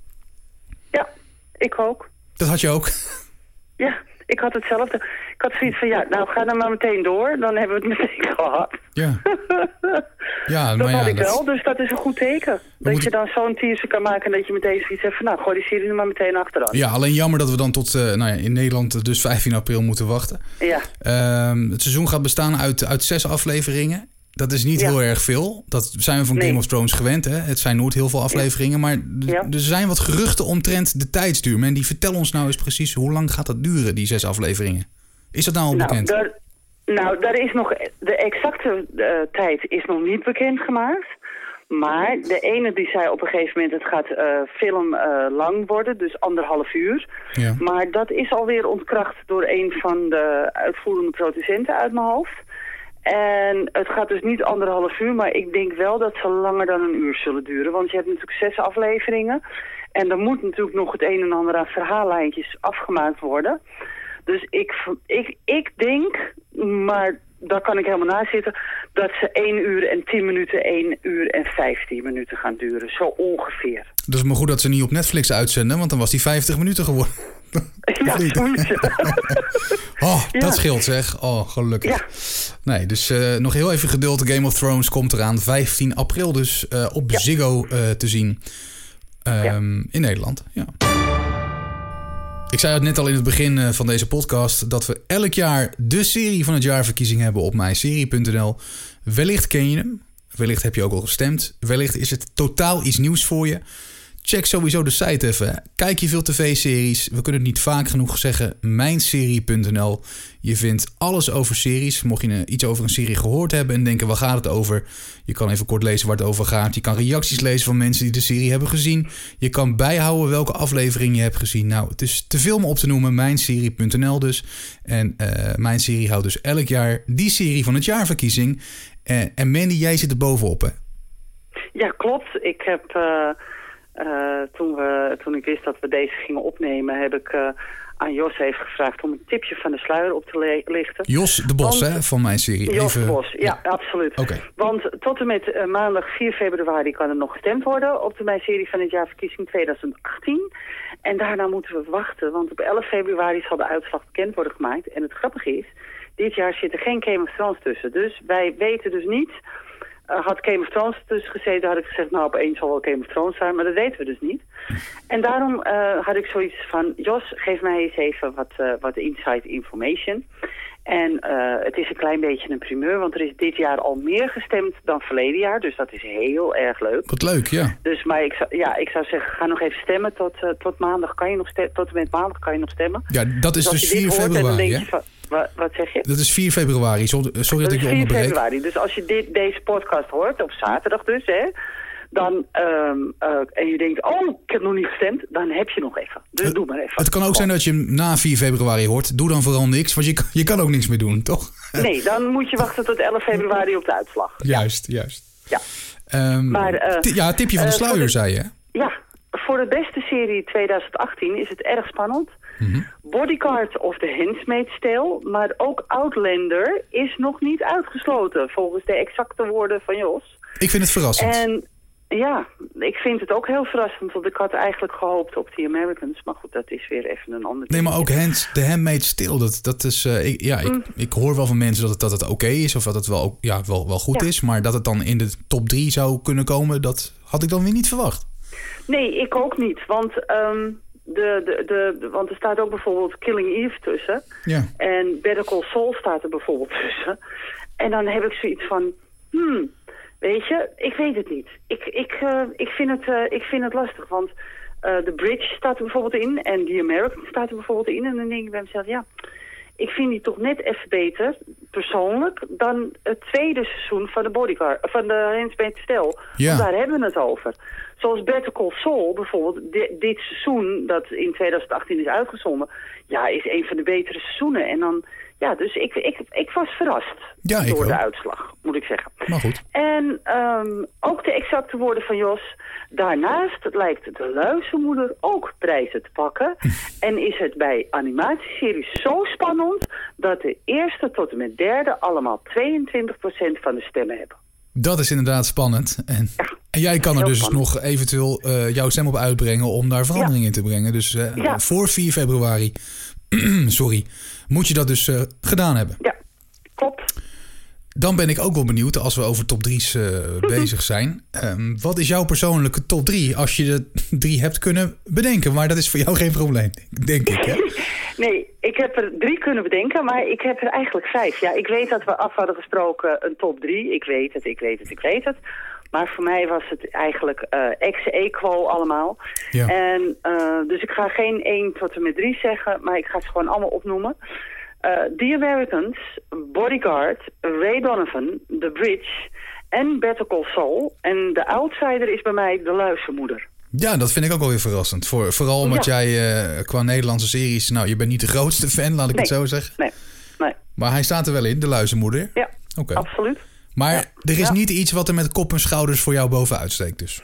Speaker 2: Ik ook.
Speaker 1: Dat had je ook?
Speaker 2: Ja, ik had hetzelfde. Ik had zoiets van, ja, nou ga dan maar meteen door. Dan hebben we het meteen gehad.
Speaker 1: Ja. ja
Speaker 2: dat
Speaker 1: maar
Speaker 2: had
Speaker 1: ja,
Speaker 2: ik
Speaker 1: dat...
Speaker 2: wel, dus dat is een goed teken. We dat moeten... je dan zo'n teaser kan maken en dat je meteen zoiets zegt van, nou, gooi die serie er maar meteen achteraan.
Speaker 1: Ja, alleen jammer dat we dan tot, uh, nou ja, in Nederland dus vijftien april moeten wachten.
Speaker 2: Ja.
Speaker 1: Uh, het seizoen gaat bestaan uit, uit zes afleveringen. Dat is niet ja. heel erg veel. Dat zijn we van nee. Game of Thrones gewend. Hè? Het zijn nooit heel veel afleveringen. Maar d- ja. er zijn wat geruchten omtrent de tijdsduur. Men die vertel ons nou eens precies hoe lang gaat dat duren, die zes afleveringen. Is dat nou al
Speaker 2: nou,
Speaker 1: bekend?
Speaker 2: Daar, nou, daar is nog, de exacte uh, tijd is nog niet bekendgemaakt. Maar de ene die zei op een gegeven moment het gaat uh, film uh, lang worden. Dus anderhalf uur.
Speaker 1: Ja.
Speaker 2: Maar dat is alweer ontkracht door een van de uitvoerende producenten uit mijn hoofd. En het gaat dus niet anderhalf uur, maar ik denk wel dat ze langer dan een uur zullen duren. Want je hebt natuurlijk zes afleveringen. En er moet natuurlijk nog het een en ander aan verhaallijntjes afgemaakt worden. Dus ik, ik, ik denk, maar daar kan ik helemaal naast zitten, dat ze één uur en tien minuten, één uur en vijftien minuten gaan duren. Zo ongeveer.
Speaker 1: Dat is maar goed dat ze niet op Netflix uitzenden, want dan was die vijftig minuten geworden.
Speaker 2: Ja, zoiets.
Speaker 1: Oh, dat ja. scheelt zeg. Oh, gelukkig. Ja. Nee, dus uh, nog heel even geduld. Game of Thrones komt eraan. vijftien april dus uh, op ja. Ziggo uh, te zien. Um, ja. In Nederland, ja. Ik zei het net al in het begin uh, van deze podcast, dat we elk jaar de serie van het jaarverkiezing hebben op mijnserie punt n l. Wellicht ken je hem. Wellicht heb je ook al gestemd. Wellicht is het totaal iets nieuws voor je. check sowieso de site even. Kijk je veel tv-series? We kunnen het niet vaak genoeg zeggen. Mijnserie punt n l. Je vindt alles over series. Mocht je iets over een serie gehoord hebben en denken, waar gaat het over? Je kan even kort lezen waar het over gaat. Je kan reacties lezen van mensen die de serie hebben gezien. Je kan bijhouden welke aflevering je hebt gezien. Nou, het is te veel om op te noemen. Mijnserie punt n l dus. En uh, Mijnserie houdt dus elk jaar die serie van het jaarverkiezing. Uh, en Mandy, jij zit er bovenop, hè?
Speaker 2: Ja, klopt. Ik heb... Uh... Uh, toen, we, toen ik wist dat we deze gingen opnemen, heb ik uh, aan Jos even gevraagd om een tipje van de sluier op te le- lichten.
Speaker 1: Jos de Bos, Want, hè, van mijn serie.
Speaker 2: Jos
Speaker 1: even...
Speaker 2: de Bos, ja, ja. absoluut.
Speaker 1: Okay.
Speaker 2: Want tot en met uh, maandag vier februari kan er nog gestemd worden op de mijn serie van het jaarverkiezing twintig achttien. En daarna moeten we wachten, want op elf februari zal de uitslag bekend worden gemaakt. En het grappige is, dit jaar zit er geen Game of Thrones tussen. Dus wij weten dus niet... Uh, had Game of Thrones tussen gezeten, had ik gezegd, nou opeens zal wel Game of Thrones zijn, maar dat weten we dus niet. En daarom uh, had ik zoiets van, Jos, geef mij eens even wat, uh, wat inside information. En uh, het is een klein beetje een primeur, want er is dit jaar al meer gestemd dan verleden jaar, dus dat is heel erg leuk.
Speaker 1: Wat leuk, ja.
Speaker 2: Dus, maar ik zou, ja, ik zou zeggen, ga nog even stemmen, tot, uh, tot maandag kan je nog stemmen, tot en met maandag kan je nog stemmen.
Speaker 1: Ja, dat is dus, dus vier februari, hè?
Speaker 2: Wat, wat zeg je?
Speaker 1: Dat is vier februari. Sorry dat, dat ik je onderbreek.
Speaker 2: vier februari. Dus als je dit, deze podcast hoort, op zaterdag dus, hè, dan, um, uh, en je denkt, oh, ik heb nog niet gestemd, dan heb je nog even. Dus
Speaker 1: het,
Speaker 2: doe maar even.
Speaker 1: Het kan ook zijn dat je hem na vier februari hoort. Doe dan vooral niks, want je, je kan ook niks meer doen, toch?
Speaker 2: Nee, dan moet je wachten tot elf februari op de uitslag.
Speaker 1: Juist, juist.
Speaker 2: Ja.
Speaker 1: Um,
Speaker 2: maar, uh,
Speaker 1: t- ja, tipje van de uh, sluier, de, zei je.
Speaker 2: Ja, voor de beste serie twintig achttien is het erg spannend. Mm-hmm. Bodyguard of The Handmaid's Tale, maar ook Outlander is nog niet uitgesloten, volgens de exacte woorden van Jos.
Speaker 1: Ik vind het verrassend.
Speaker 2: En ja, ik vind het ook heel verrassend, want ik had eigenlijk gehoopt op The Americans, maar goed, dat is weer even een ander
Speaker 1: Nee, maar ook Hand, The Handmaid's Tale, dat, dat is, uh, ik, ja, ik, mm. ik hoor wel van mensen dat het, dat het oké okay is, of dat het wel, ja, wel, wel goed ja. is, maar dat het dan in de top drie zou kunnen komen, dat had ik dan weer niet verwacht.
Speaker 2: Nee, ik ook niet, want... Um, De, de, de, de, want er staat ook bijvoorbeeld Killing Eve tussen.
Speaker 1: Ja.
Speaker 2: En Better Call Saul staat er bijvoorbeeld tussen. En dan heb ik zoiets van... Hmm, weet je, ik weet het niet. Ik, ik, uh, ik, vind, het, uh, ik vind het lastig, want uh, The Bridge staat er bijvoorbeeld in... en The American staat er bijvoorbeeld in. En dan denk ik bij mezelf, ja... Ik vind die toch net even beter, persoonlijk, dan het tweede seizoen van de Bodyguard, van de Handmaid's Tale.
Speaker 1: Ja.
Speaker 2: Want daar hebben we het over. Zoals Better Call Saul bijvoorbeeld, di- dit seizoen dat in twintig achttien is uitgezonden, ja, is een van de betere seizoenen. En dan, ja, dus ik, ik, ik was verrast
Speaker 1: ja, ik
Speaker 2: door
Speaker 1: ook.
Speaker 2: de uitslag, moet ik zeggen.
Speaker 1: Maar goed.
Speaker 2: En um, ook de exacte woorden van Jos. Daarnaast lijkt de luizenmoeder ook prijzen te pakken. En is het bij animatieseries zo spannend dat de eerste tot en met derde allemaal tweeëntwintig procent van de stemmen hebben.
Speaker 1: Dat is inderdaad spannend. En, ja, en jij kan er dus spannend. nog eventueel uh, jouw stem op uitbrengen om daar verandering ja. in te brengen. Dus uh, ja. voor vier februari, sorry, moet je dat dus uh, gedaan hebben.
Speaker 2: Ja, klopt.
Speaker 1: Dan ben ik ook wel benieuwd, als we over top drie's uh, mm-hmm. bezig zijn. Um, wat is jouw persoonlijke top drie? Als je de drie hebt kunnen bedenken. Maar dat is voor jou geen probleem, denk ik, hè?
Speaker 2: Nee, ik heb er drie kunnen bedenken, maar ik heb er eigenlijk vijf. Ja, ik weet dat we af hadden gesproken een top drie. Ik weet het, ik weet het, ik weet het. Maar voor mij was het eigenlijk uh, ex-equo allemaal.
Speaker 1: Ja.
Speaker 2: En, uh, dus ik ga geen één tot en met drie zeggen, maar ik ga ze gewoon allemaal opnoemen. Uh, The Americans, Bodyguard, Ray Donovan, The Bridge en Better Call Saul. En de outsider is bij mij de luizenmoeder.
Speaker 1: Ja, dat vind ik ook wel weer verrassend. Voor, vooral omdat ja. jij uh, qua Nederlandse series... Nou, je bent niet de grootste fan, laat ik
Speaker 2: nee,
Speaker 1: het zo zeggen.
Speaker 2: Nee, nee.
Speaker 1: Maar hij staat er wel in, de luizenmoeder.
Speaker 2: Ja,
Speaker 1: okay.
Speaker 2: absoluut.
Speaker 1: Maar
Speaker 2: ja.
Speaker 1: er is
Speaker 2: ja.
Speaker 1: niet iets wat er met kop en schouders voor jou bovenuit steekt dus?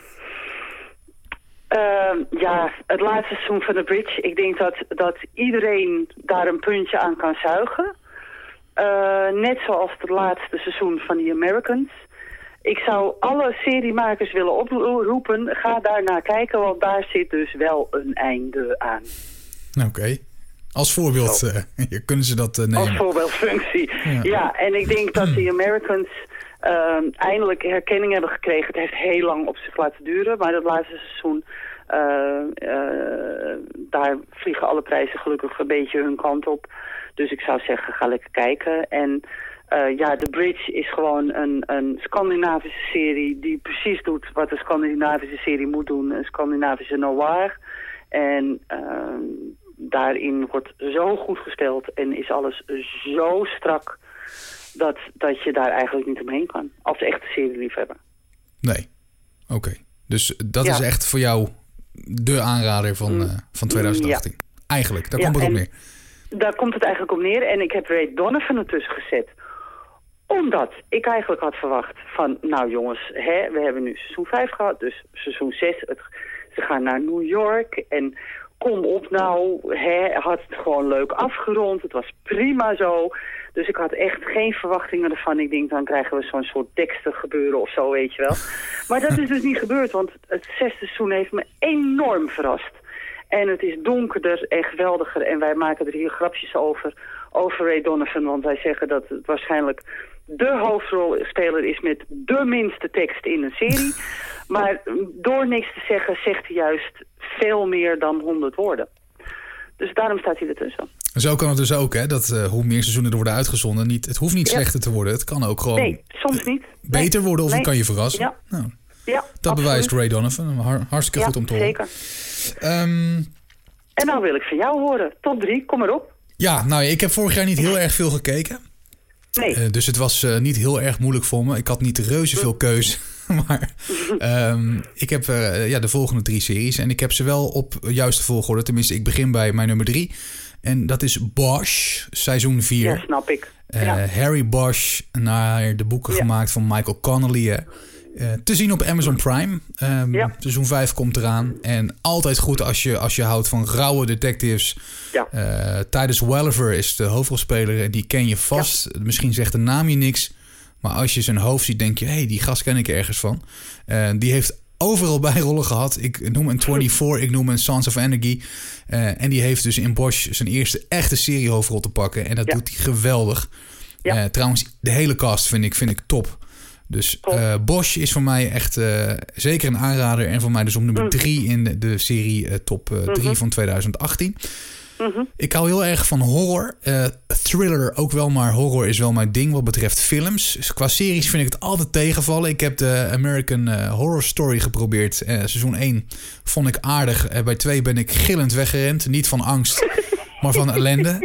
Speaker 2: Uh, ja, het laatste seizoen van The Bridge. Ik denk dat, dat iedereen daar een puntje aan kan zuigen. Uh, net zoals het laatste seizoen van The Americans. Ik zou alle seriemakers willen oproepen. Ga daar naar kijken, want daar zit dus wel een einde aan.
Speaker 1: Oké. Okay. Als voorbeeld uh, kunnen ze dat uh, nemen.
Speaker 2: Als voorbeeldfunctie. Ja. ja, en ik denk dat The Americans uh, eindelijk herkenning hebben gekregen. Het heeft heel lang op zich laten duren, maar dat laatste seizoen... Uh, uh, daar vliegen alle prijzen gelukkig een beetje hun kant op. Dus ik zou zeggen, ga lekker kijken. En Uh, ja, The Bridge is gewoon een, een Scandinavische serie die precies doet wat een Scandinavische serie moet doen. Een Scandinavische noir. En uh, daarin wordt zo goed gespeeld en is alles zo strak dat, dat je daar eigenlijk niet omheen kan. Als echte serieliefhebber.
Speaker 1: Nee, oké. Okay. Dus dat
Speaker 2: ja.
Speaker 1: is echt voor jou de aanrader van, uh, van twintig achttien. Ja. Eigenlijk, daar ja, komt het op neer.
Speaker 2: Daar komt het eigenlijk op neer. En ik heb Ray Donovan ertussen gezet. Omdat ik eigenlijk had verwacht van... Nou jongens, hè, we hebben nu seizoen vijf gehad. Dus seizoen zes. Het, ze gaan naar New York. En kom op nou. Hè, had het gewoon leuk afgerond. Het was prima zo. Dus ik had echt geen verwachtingen ervan. Ik denk, dan krijgen we zo'n soort Dexter gebeuren of zo, weet je wel. Maar dat is dus niet gebeurd. Want het zesde seizoen heeft me enorm verrast. En het is donkerder en geweldiger. En wij maken er hier grapjes over, over Ray Donovan. Want wij zeggen dat het waarschijnlijk de hoofdrolspeler is met de minste tekst in een serie. Maar door niks te zeggen, zegt hij juist veel meer dan honderd woorden. Dus daarom staat hij ertussen.
Speaker 1: Zo kan het dus ook, hè? Dat uh, hoe meer seizoenen er worden uitgezonden, niet, het hoeft niet ja. slechter te worden. Het kan ook gewoon
Speaker 2: nee, soms niet.
Speaker 1: beter
Speaker 2: nee.
Speaker 1: worden of
Speaker 2: nee.
Speaker 1: het kan je verrassen.
Speaker 2: Ja.
Speaker 1: Nou,
Speaker 2: ja,
Speaker 1: dat absoluut. Bewijst Ray Donovan. Hartstikke
Speaker 2: ja,
Speaker 1: goed om te horen.
Speaker 2: Zeker.
Speaker 1: Um,
Speaker 2: en nou wil ik van jou horen. Top drie, kom maar op.
Speaker 1: Ja, nou, ik heb vorig jaar niet heel erg veel gekeken.
Speaker 2: Nee.
Speaker 1: Uh, dus het was uh, niet heel erg moeilijk voor me. Ik had niet reuze veel keuze. Maar um, ik heb uh, ja, de volgende drie series. En ik heb ze wel op juiste volgorde. Tenminste, ik begin bij mijn nummer drie. En dat is Bosch, seizoen vier.
Speaker 2: Ja, snap ik.
Speaker 1: Uh,
Speaker 2: ja.
Speaker 1: Harry Bosch, naar de boeken ja. gemaakt van Michael Connelly. Uh, te zien op Amazon Prime. Um, ja. Seizoen vijf komt eraan. En altijd goed als je, als je houdt van rauwe detectives.
Speaker 2: Ja.
Speaker 1: Uh, Titus Welliver is de hoofdrolspeler. En die ken je vast. Ja. Misschien zegt de naam je niks. Maar als je zijn hoofd ziet, denk je... hé, hey, die gast ken ik ergens van. Uh, die heeft overal bijrollen gehad. Ik noem een vierentwintig, ik noem een Sons of Anarchy. Uh, en die heeft dus in Bosch zijn eerste echte seriehoofdrol te pakken. En dat ja. doet hij geweldig. Ja. Uh, trouwens, de hele cast vind ik, vind ik top. Dus uh, Bosch is voor mij echt uh, zeker een aanrader. En voor mij dus op nummer drie in de, de serie uh, top uh, drie mm-hmm. van twintig achttien. Mm-hmm. Ik hou heel erg van horror. Uh, thriller ook wel, maar horror is wel mijn ding wat betreft films. Dus qua series vind ik het altijd tegenvallen. Ik heb de American uh, Horror Story geprobeerd. Uh, seizoen één vond ik aardig. Uh, bij twee ben ik gillend weggerend. Niet van angst, maar van ellende.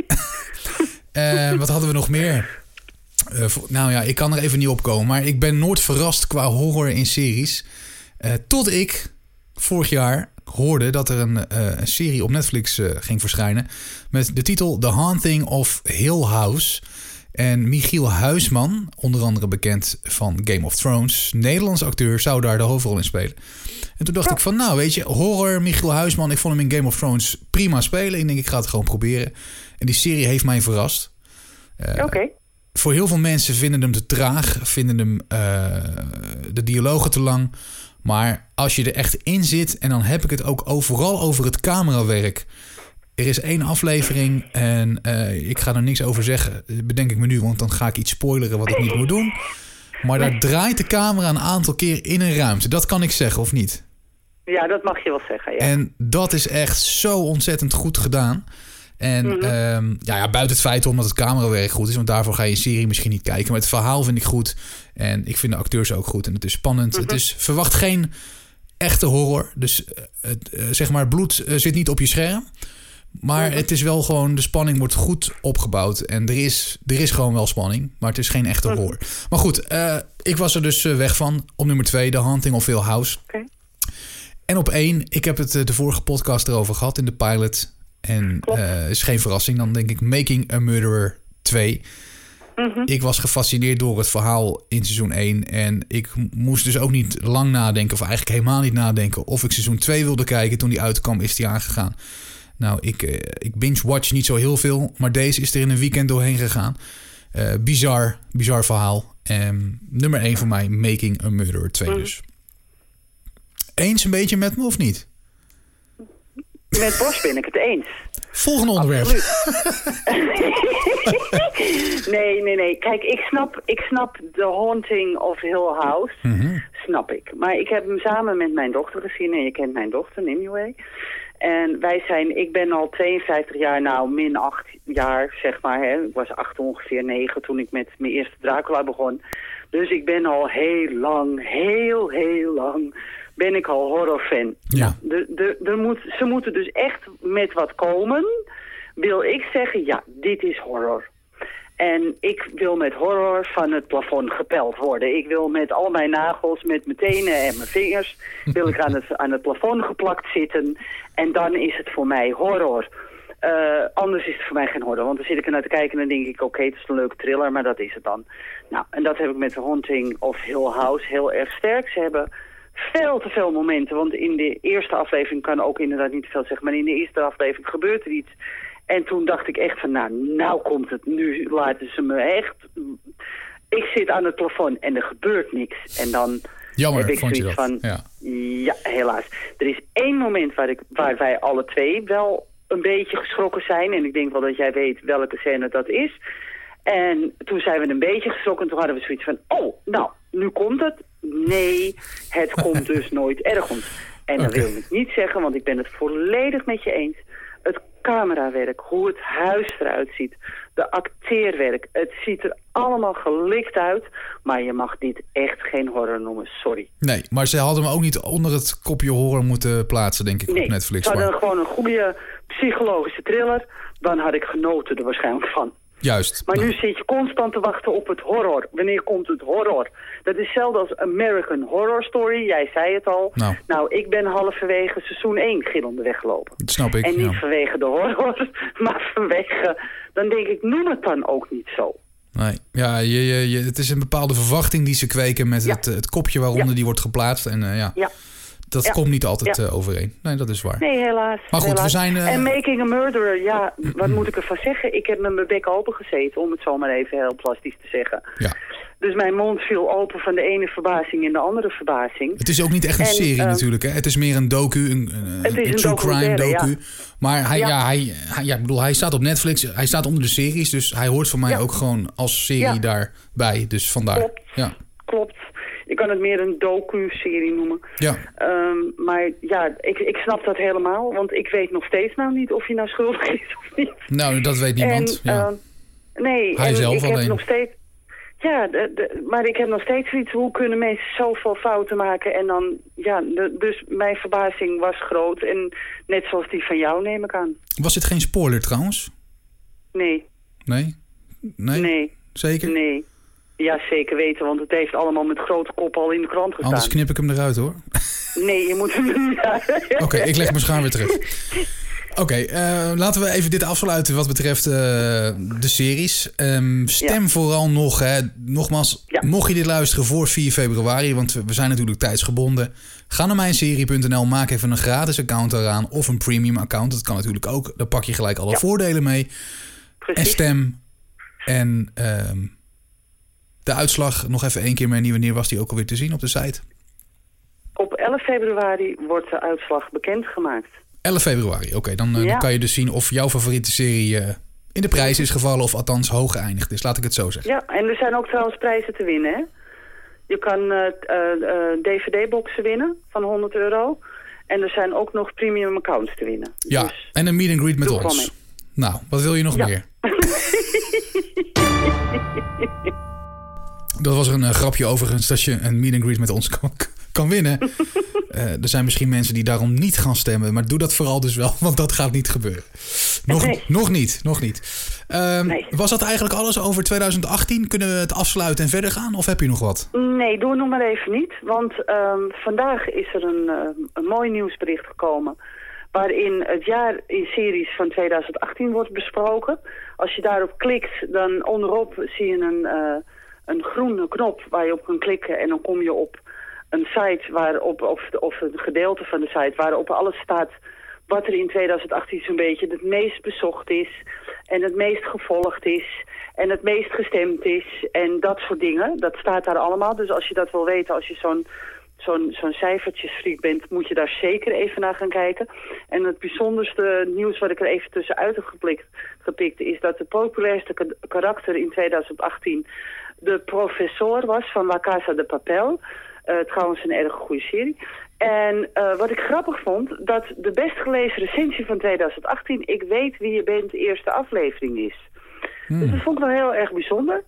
Speaker 1: uh, wat hadden we nog meer? Uh, nou ja, ik kan er even niet op komen. Maar ik ben nooit verrast qua horror in series. Uh, tot ik vorig jaar hoorde dat er een, uh, een serie op Netflix uh, ging verschijnen. Met de titel The Haunting of Hill House. En Michiel Huisman, onder andere bekend van Game of Thrones, Nederlands acteur, zou daar de hoofdrol in spelen. En toen dacht ja. ik van, nou weet je, horror, Michiel Huisman, ik vond hem in Game of Thrones prima spelen. Ik denk, ik ga het gewoon proberen. En die serie heeft mij verrast. Uh, Oké. Okay. Voor heel veel mensen vinden hem te traag, vinden hem uh, de dialogen te lang. Maar als je er echt in zit, en dan heb ik het ook overal over het camerawerk. Er is één aflevering en uh, ik ga er niks over zeggen, bedenk ik me nu, want dan ga ik iets spoileren wat ik niet moet doen. Maar daar draait de camera een aantal keer in een ruimte. Dat kan ik zeggen, of niet?
Speaker 2: Ja, dat mag je wel zeggen, ja.
Speaker 1: En dat is echt zo ontzettend goed gedaan. En mm-hmm. um, ja, ja, buiten het feit omdat het camerawerk goed is, want daarvoor ga je een serie misschien niet kijken. Maar het verhaal vind ik goed. En ik vind de acteurs ook goed. En het is spannend. Mm-hmm. Het is, verwacht geen echte horror. Dus uh, het, uh, zeg maar, bloed uh, zit niet op je scherm. Maar mm-hmm. het is wel gewoon, de spanning wordt goed opgebouwd. En er is, er is gewoon wel spanning. Maar het is geen echte horror. Mm-hmm. Maar goed, uh, ik was er dus uh, weg van. Op nummer twee, The Haunting of Hill House. Okay. En op één, ik heb het uh, de vorige podcast erover gehad in de pilot. En uh, is geen verrassing. Dan denk ik Making a Murderer twee. Mm-hmm. Ik was gefascineerd door het verhaal in seizoen één. En ik moest dus ook niet lang nadenken. Of eigenlijk helemaal niet nadenken. Of ik seizoen twee wilde kijken. Toen die uitkwam is die aangegaan. Nou, ik, uh, ik binge-watch niet zo heel veel. Maar deze is er in een weekend doorheen gegaan. Uh, bizar, bizar verhaal. Um, nummer één voor mij, Making a Murderer twee mm-hmm. dus. Eens een beetje met me of niet?
Speaker 2: Met Bosch ben ik het eens.
Speaker 1: Volgende onderwerp.
Speaker 2: nee, nee, nee. Kijk, ik snap, ik snap The Haunting of Hill House. Mm-hmm. Snap ik. Maar ik heb hem samen met mijn dochter gezien. En je kent mijn dochter, anyway. En wij zijn, ik ben al tweeënvijftig jaar, nou min acht jaar zeg maar. Hè. Ik was acht ongeveer negen toen ik met mijn eerste Dracula begon. Dus ik ben al heel lang, heel heel lang, ben ik al horrorfan.
Speaker 1: Ja.
Speaker 2: De, de, de moet, ze moeten dus echt met wat komen, wil ik zeggen, ja, dit is horror. En ik wil met horror van het plafond gepeld worden. Ik wil met al mijn nagels, met mijn tenen en mijn vingers, wil ik aan het, aan het plafond geplakt zitten. En dan is het voor mij horror. Uh, anders is het voor mij geen horror. Want dan zit ik er naar te kijken en dan denk ik, oké, okay, het is een leuke thriller, maar dat is het dan. Nou, en dat heb ik met The Haunting of Hill House heel erg sterk. Ze hebben veel te veel momenten. Want in de eerste aflevering kan ook inderdaad niet te veel zeggen, maar in de eerste aflevering gebeurt er iets. En toen dacht ik echt van, nou, nou komt het. Nu laten ze me echt... Ik zit aan het plafond en er gebeurt niks. En dan
Speaker 1: Jammer,
Speaker 2: heb ik
Speaker 1: vond je
Speaker 2: zoiets
Speaker 1: dat?
Speaker 2: van...
Speaker 1: Ja.
Speaker 2: ja, helaas. Er is één moment waar, ik, waar wij alle twee wel een beetje geschrokken zijn. En ik denk wel dat jij weet welke scène dat is. En toen zijn we een beetje geschrokken. En toen hadden we zoiets van, oh, nou, nu komt het. Nee, het komt dus nooit ergens. En dat okay. wil ik niet zeggen, want ik ben het volledig met je eens. Het camerawerk, hoe het huis eruit ziet, de acteerwerk. Het ziet er allemaal gelikt uit, maar je mag dit echt geen horror noemen, sorry.
Speaker 1: Nee, maar ze hadden hem ook niet onder het kopje horror moeten plaatsen, denk ik,
Speaker 2: nee,
Speaker 1: op Netflix.
Speaker 2: Ze hadden
Speaker 1: maar...
Speaker 2: gewoon een goede psychologische thriller, dan had ik genoten er waarschijnlijk van.
Speaker 1: Juist.
Speaker 2: Maar
Speaker 1: nou.
Speaker 2: nu zit je constant te wachten op het horror. Wanneer komt het horror? Dat is hetzelfde als American Horror Story. Jij zei het al.
Speaker 1: Nou,
Speaker 2: nou ik ben halverwege seizoen één gillende weggelopen.
Speaker 1: Dat snap ik.
Speaker 2: En niet
Speaker 1: ja.
Speaker 2: vanwege de horror, maar vanwege... Dan denk ik, noem het dan ook niet zo.
Speaker 1: Nee, ja, je, je, je, het is een bepaalde verwachting die ze kweken met ja. het, het kopje waaronder ja. die wordt geplaatst. En uh, ja... ja. Dat ja. komt niet altijd ja. uh, overeen. Nee, dat is waar.
Speaker 2: Nee, helaas.
Speaker 1: Maar goed,
Speaker 2: helaas.
Speaker 1: we zijn... Uh...
Speaker 2: En Making a Murderer, ja, wat moet ik ervan zeggen? Ik heb met mijn bek open gezeten, om het zo maar even heel plastisch te zeggen.
Speaker 1: Ja.
Speaker 2: Dus mijn mond viel open van de ene verbazing in de andere verbazing.
Speaker 1: Het is ook niet echt een en, serie uh, natuurlijk, hè? Het is meer een docu, een, een,
Speaker 2: het is
Speaker 1: een
Speaker 2: een
Speaker 1: true crime docu.
Speaker 2: Ja.
Speaker 1: Maar hij,
Speaker 2: ja.
Speaker 1: Ja, hij, hij, ja, bedoel, hij staat op Netflix, hij staat onder de series, dus hij hoort van mij ja. ook gewoon als serie ja. daarbij. Dus vandaar.
Speaker 2: Klopt.
Speaker 1: Ja.
Speaker 2: Klopt. Je kan het meer een docu-serie noemen.
Speaker 1: Ja.
Speaker 2: Um, maar ja, ik, ik snap dat helemaal. Want ik weet nog steeds nou niet of hij nou schuldig is of niet.
Speaker 1: Nou, dat weet niemand.
Speaker 2: En,
Speaker 1: ja.
Speaker 2: uh, nee,
Speaker 1: hij
Speaker 2: en
Speaker 1: zelf
Speaker 2: ik
Speaker 1: alleen.
Speaker 2: heb nog steeds... Ja, de, de, maar ik heb nog steeds zoiets... Hoe kunnen mensen zoveel fouten maken? En dan... Ja, de, dus mijn verbazing was groot. En net zoals die van jou, neem ik aan.
Speaker 1: Was dit geen spoiler trouwens?
Speaker 2: Nee.
Speaker 1: Nee? Nee?
Speaker 2: Nee.
Speaker 1: Zeker?
Speaker 2: Nee. Ja, zeker weten, want het heeft allemaal met grote kop al in de krant gestaan.
Speaker 1: Anders knip ik hem eruit, hoor.
Speaker 2: Nee, je moet hem niet.
Speaker 1: Oké, okay, ik leg mijn schaar weer terug. Oké, okay, uh, laten we even dit afsluiten wat betreft uh, de series. Um, stem ja. vooral nog, hè. Nogmaals, ja. mocht je dit luisteren voor vier februari... want we zijn natuurlijk tijdsgebonden... ga naar mijnserie punt n l, maak even een gratis account eraan... of een premium account, dat kan natuurlijk ook. Dan pak je gelijk alle ja. voordelen mee.
Speaker 2: Precies.
Speaker 1: En stem. En... Um, de uitslag, nog even één keer mee. Wanneer was die ook alweer te zien op de site?
Speaker 2: Op elf februari wordt de uitslag bekendgemaakt.
Speaker 1: elf februari, oké. Okay, dan, uh, ja. dan kan je dus zien of jouw favoriete serie uh, in de prijs is gevallen... of althans hoog geëindigd is, laat ik het zo zeggen.
Speaker 2: Ja, en er zijn ook trouwens prijzen te winnen, hè? Je kan uh, uh, uh, D V D-boxen winnen van honderd euro. En er zijn ook nog premium accounts te winnen.
Speaker 1: Ja,
Speaker 2: dus
Speaker 1: en een meet and greet met ons. Nou, wat wil je nog ja. meer? Dat was er een uh, grapje overigens, dat je een meet and greet met ons kan, kan winnen. Uh, er zijn misschien mensen die daarom niet gaan stemmen. Maar doe dat vooral dus wel, want dat gaat niet gebeuren. Nog, nee. nog niet, nog niet. Um, nee. Was dat eigenlijk alles over twintig achttien? Kunnen we het afsluiten en verder gaan? Of heb je nog wat?
Speaker 2: Nee, doe nog maar even niet. Want um, vandaag is er een, uh, een mooi nieuwsbericht gekomen... waarin het jaar in series van twintig achttien wordt besproken. Als je daarop klikt, dan onderop zie je een... Uh, een groene knop waar je op kan klikken en dan kom je op een site waarop, of, of een gedeelte van de site waarop alles staat wat er in twintig achttien zo'n beetje het meest bezocht is en het meest gevolgd is en het meest gestemd is en dat soort dingen. Dat staat daar allemaal. Dus als je dat wil weten, als je zo'n zo'n zo'n cijfertjesfreak bent, moet je daar zeker even naar gaan kijken. En het bijzonderste nieuws wat ik er even tussenuit heb gepikt, gepikt is dat de populairste karakter in twintig achttien de professor was van La Casa de Papel. Uh, trouwens een erg goede serie. En uh, wat ik grappig vond, dat de best gelezen recensie van twintig achttien... Ik weet wie je bent, de eerste aflevering is. Hmm. Dus dat vond ik wel heel erg bijzonder.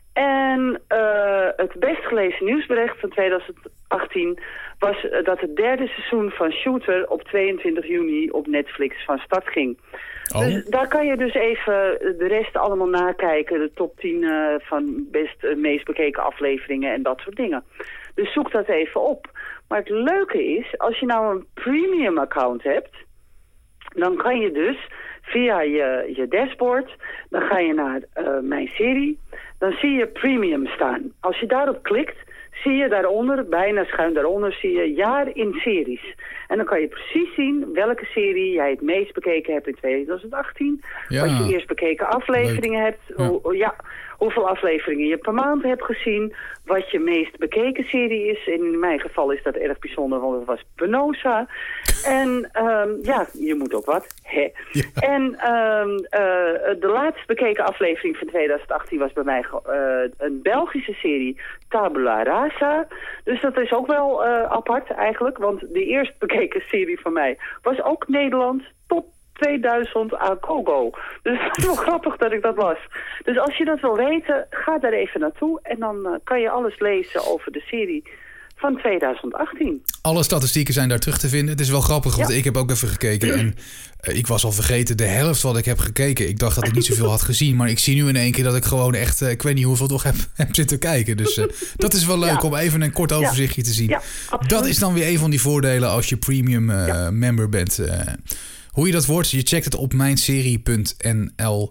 Speaker 2: En uh, het best gelezen nieuwsbericht van twintig achttien was uh, dat het derde seizoen van Shooter op tweeëntwintig juni op Netflix van start ging. Oh. Dus daar kan je dus even de rest allemaal nakijken. De top tien uh, van best uh, meest bekeken afleveringen en dat soort dingen. Dus zoek dat even op. Maar het leuke is, als je nou een premium account hebt, dan kan je dus via je, je dashboard, dan ga je naar uh, mijn serie, dan zie je premium staan. Als je daarop klikt, zie je daaronder, bijna schuin daaronder, zie je jaar in series. En dan kan je precies zien welke serie jij het meest bekeken hebt in twintig achttien. Ja. Wat je eerst bekeken afleveringen Leuk. hebt. Ja. Hoe, ja, hoeveel afleveringen je per maand hebt gezien. Wat je meest bekeken serie is. En in mijn geval is dat erg bijzonder, want het was Penosa. En um, ja, je moet ook wat. Hè. Ja. En um, uh, de laatst bekeken aflevering van twintig achttien was bij mij uh, een Belgische serie, Tabula Rasa. Dus dat is ook wel uh, apart eigenlijk. Want de eerst bekeken serie van mij was ook Nederland tot tweeduizend aan Kogo. Dus het is wel grappig dat ik dat las. Dus als je dat wil weten, ga daar even naartoe. En dan uh, kan je alles lezen over de serie van twintig achttien.
Speaker 1: Alle statistieken zijn daar terug te vinden. Het is wel grappig, want ja. ik heb ook even gekeken. En uh, ik was al vergeten de helft wat ik heb gekeken. Ik dacht dat ik niet zoveel had gezien. Maar ik zie nu in één keer dat ik gewoon echt, uh, ik weet niet hoeveel toch heb, heb zitten kijken. Dus uh, dat is wel leuk ja. om even een kort overzichtje ja. te zien. Ja, dat is dan weer een van die voordelen als je premium uh, ja. member bent. Uh, hoe je dat wordt, je checkt het op mijnserie punt n l.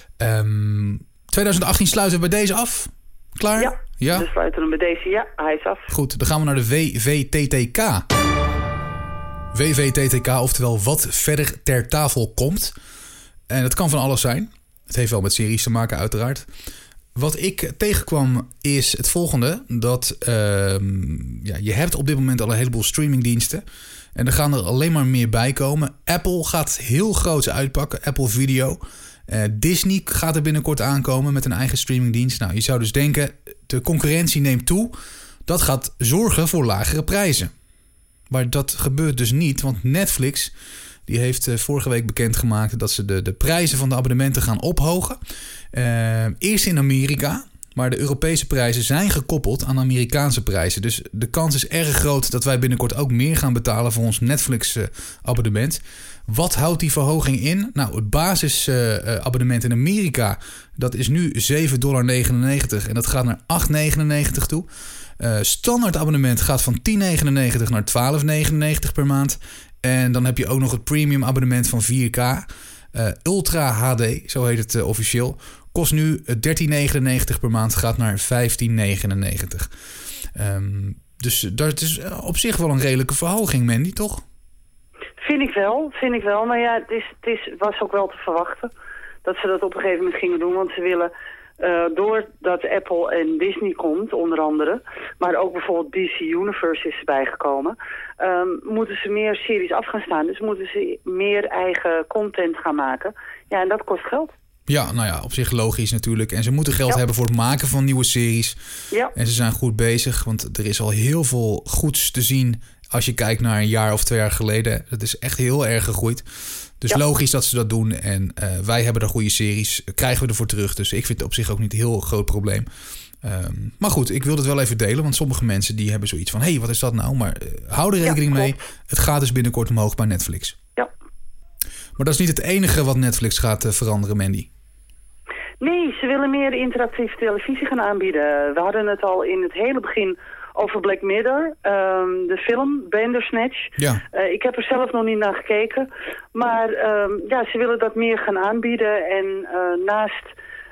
Speaker 1: Um, twintig achttien sluiten we bij deze af. Klaar?
Speaker 2: Ja, ja, we sluiten hem bij deze. Ja, hij is af.
Speaker 1: Goed, dan gaan we naar de W V T T K. W V T T K, oftewel wat verder ter tafel komt. En dat kan van alles zijn. Het heeft wel met series te maken, uiteraard. Wat ik tegenkwam is het volgende. Dat uh, ja, je hebt op dit moment al een heleboel streamingdiensten. En er gaan er alleen maar meer bij komen. Apple gaat heel groots uitpakken. Apple Video. Uh, Disney gaat er binnenkort aankomen met een eigen streamingdienst. Nou, je zou dus denken, de concurrentie neemt toe. Dat gaat zorgen voor lagere prijzen. Maar dat gebeurt dus niet, want Netflix die heeft uh, vorige week bekendgemaakt dat ze de, de prijzen van de abonnementen gaan ophogen. Uh, eerst in Amerika, maar de Europese prijzen zijn gekoppeld aan Amerikaanse prijzen. Dus de kans is erg groot dat wij binnenkort ook meer gaan betalen voor ons Netflix-abonnement. Wat houdt die verhoging in? Nou, het basisabonnement uh, in Amerika, dat is nu zeven dollar negenennegentig en dat gaat naar acht negenennegentig toe. Uh, standaard abonnement gaat van tien negenennegentig naar twaalf negenennegentig per maand. En dan heb je ook nog het premium abonnement van vier K. Uh, Ultra H D, zo heet het uh, officieel. Kost nu dertien negenennegentig per maand, gaat naar vijftien negenennegentig. Um, dus dat is op zich wel een redelijke verhoging, Mandy, toch?
Speaker 2: Vind ik wel, vind ik wel. Maar ja, het, is, het is, was ook wel te verwachten dat ze dat op een gegeven moment gingen doen. Want ze willen, uh, doordat Apple en Disney komt, onder andere, maar ook bijvoorbeeld D C Universe is erbij gekomen, um, moeten ze meer series af gaan staan. Dus moeten ze meer eigen content gaan maken. Ja, en dat kost geld.
Speaker 1: Ja, nou ja, op zich logisch natuurlijk. En ze moeten geld ja. hebben voor het maken van nieuwe series. Ja. En ze zijn goed bezig, want er is al heel veel goeds te zien als je kijkt naar een jaar of twee jaar geleden. Dat is echt heel erg gegroeid. Dus ja. logisch dat ze dat doen. En uh, wij hebben er goede series. Krijgen we ervoor terug. Dus ik vind het op zich ook niet een heel groot probleem. Um, maar goed, ik wil het wel even delen. Want sommige mensen die hebben zoiets van, hé, hey, wat is dat nou? Maar uh, hou er rekening ja, mee. Het gaat dus binnenkort omhoog bij Netflix.
Speaker 2: Ja.
Speaker 1: Maar dat is niet het enige wat Netflix gaat uh, veranderen, Mandy.
Speaker 2: Nee, ze willen meer interactieve televisie gaan aanbieden. We hadden het al in het hele begin over Black Mirror, um, de film Bandersnatch. Ja. Uh, ik heb er zelf nog niet naar gekeken. Maar um, ja, ze willen dat meer gaan aanbieden. En uh, naast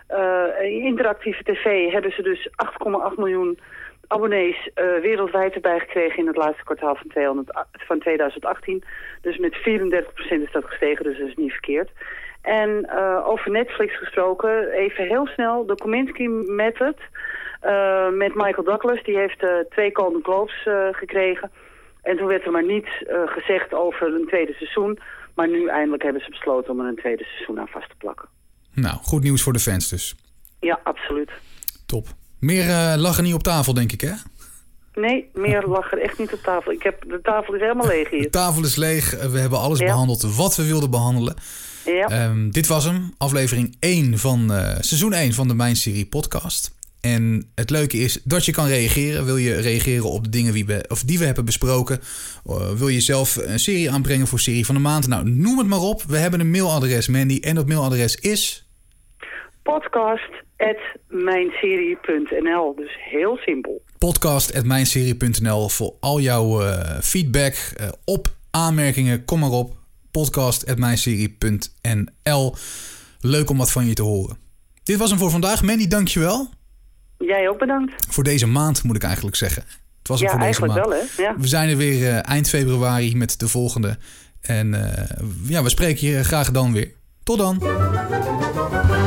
Speaker 2: uh, interactieve tv hebben ze dus acht komma acht miljoen abonnees uh, wereldwijd erbij gekregen in het laatste kwartaal van, tweehonderd, van twintig achttien. Dus met vierendertig procent is dat gestegen, dus dat is niet verkeerd. En uh, over Netflix gesproken, even heel snel, de Kominsky Method uh, met Michael Douglas. Die heeft uh, twee Golden Globes uh, gekregen. En toen werd er maar niets uh, gezegd over een tweede seizoen. Maar nu eindelijk hebben ze besloten om er een tweede seizoen aan vast te plakken.
Speaker 1: Nou, goed nieuws voor de fans dus.
Speaker 2: Ja, absoluut.
Speaker 1: Top. Meer uh, lachen niet op tafel, denk ik, hè?
Speaker 2: Nee, meer lag er echt niet op tafel. Ik heb, de tafel is helemaal leeg hier.
Speaker 1: De tafel is leeg. We hebben alles
Speaker 2: ja.
Speaker 1: behandeld wat we wilden behandelen.
Speaker 2: Ja.
Speaker 1: Um, dit was hem. Aflevering één van uh, seizoen één van de Mijnserie podcast. En het leuke is dat je kan reageren. Wil je reageren op de dingen die we, of die we hebben besproken? Uh, wil je zelf een serie aanbrengen voor serie van de maand? Nou, noem het maar op. We hebben een mailadres, Mandy. En dat mailadres is...
Speaker 2: podcast at mijnserie punt n l. Dus heel simpel.
Speaker 1: podcast at mijnserie punt n l voor al jouw uh, feedback, uh, op, aanmerkingen, kom maar op. podcast at mijnserie punt n l. Leuk om wat van je te horen. Dit was hem voor vandaag. Mandy, dankjewel.
Speaker 2: Jij ook bedankt.
Speaker 1: Voor deze maand moet ik eigenlijk zeggen. Het was
Speaker 2: ja,
Speaker 1: voor deze
Speaker 2: eigenlijk
Speaker 1: maand.
Speaker 2: wel, hè? Ja.
Speaker 1: We zijn er weer uh, eind februari met de volgende. En uh, ja, we spreken je graag dan weer. Tot dan.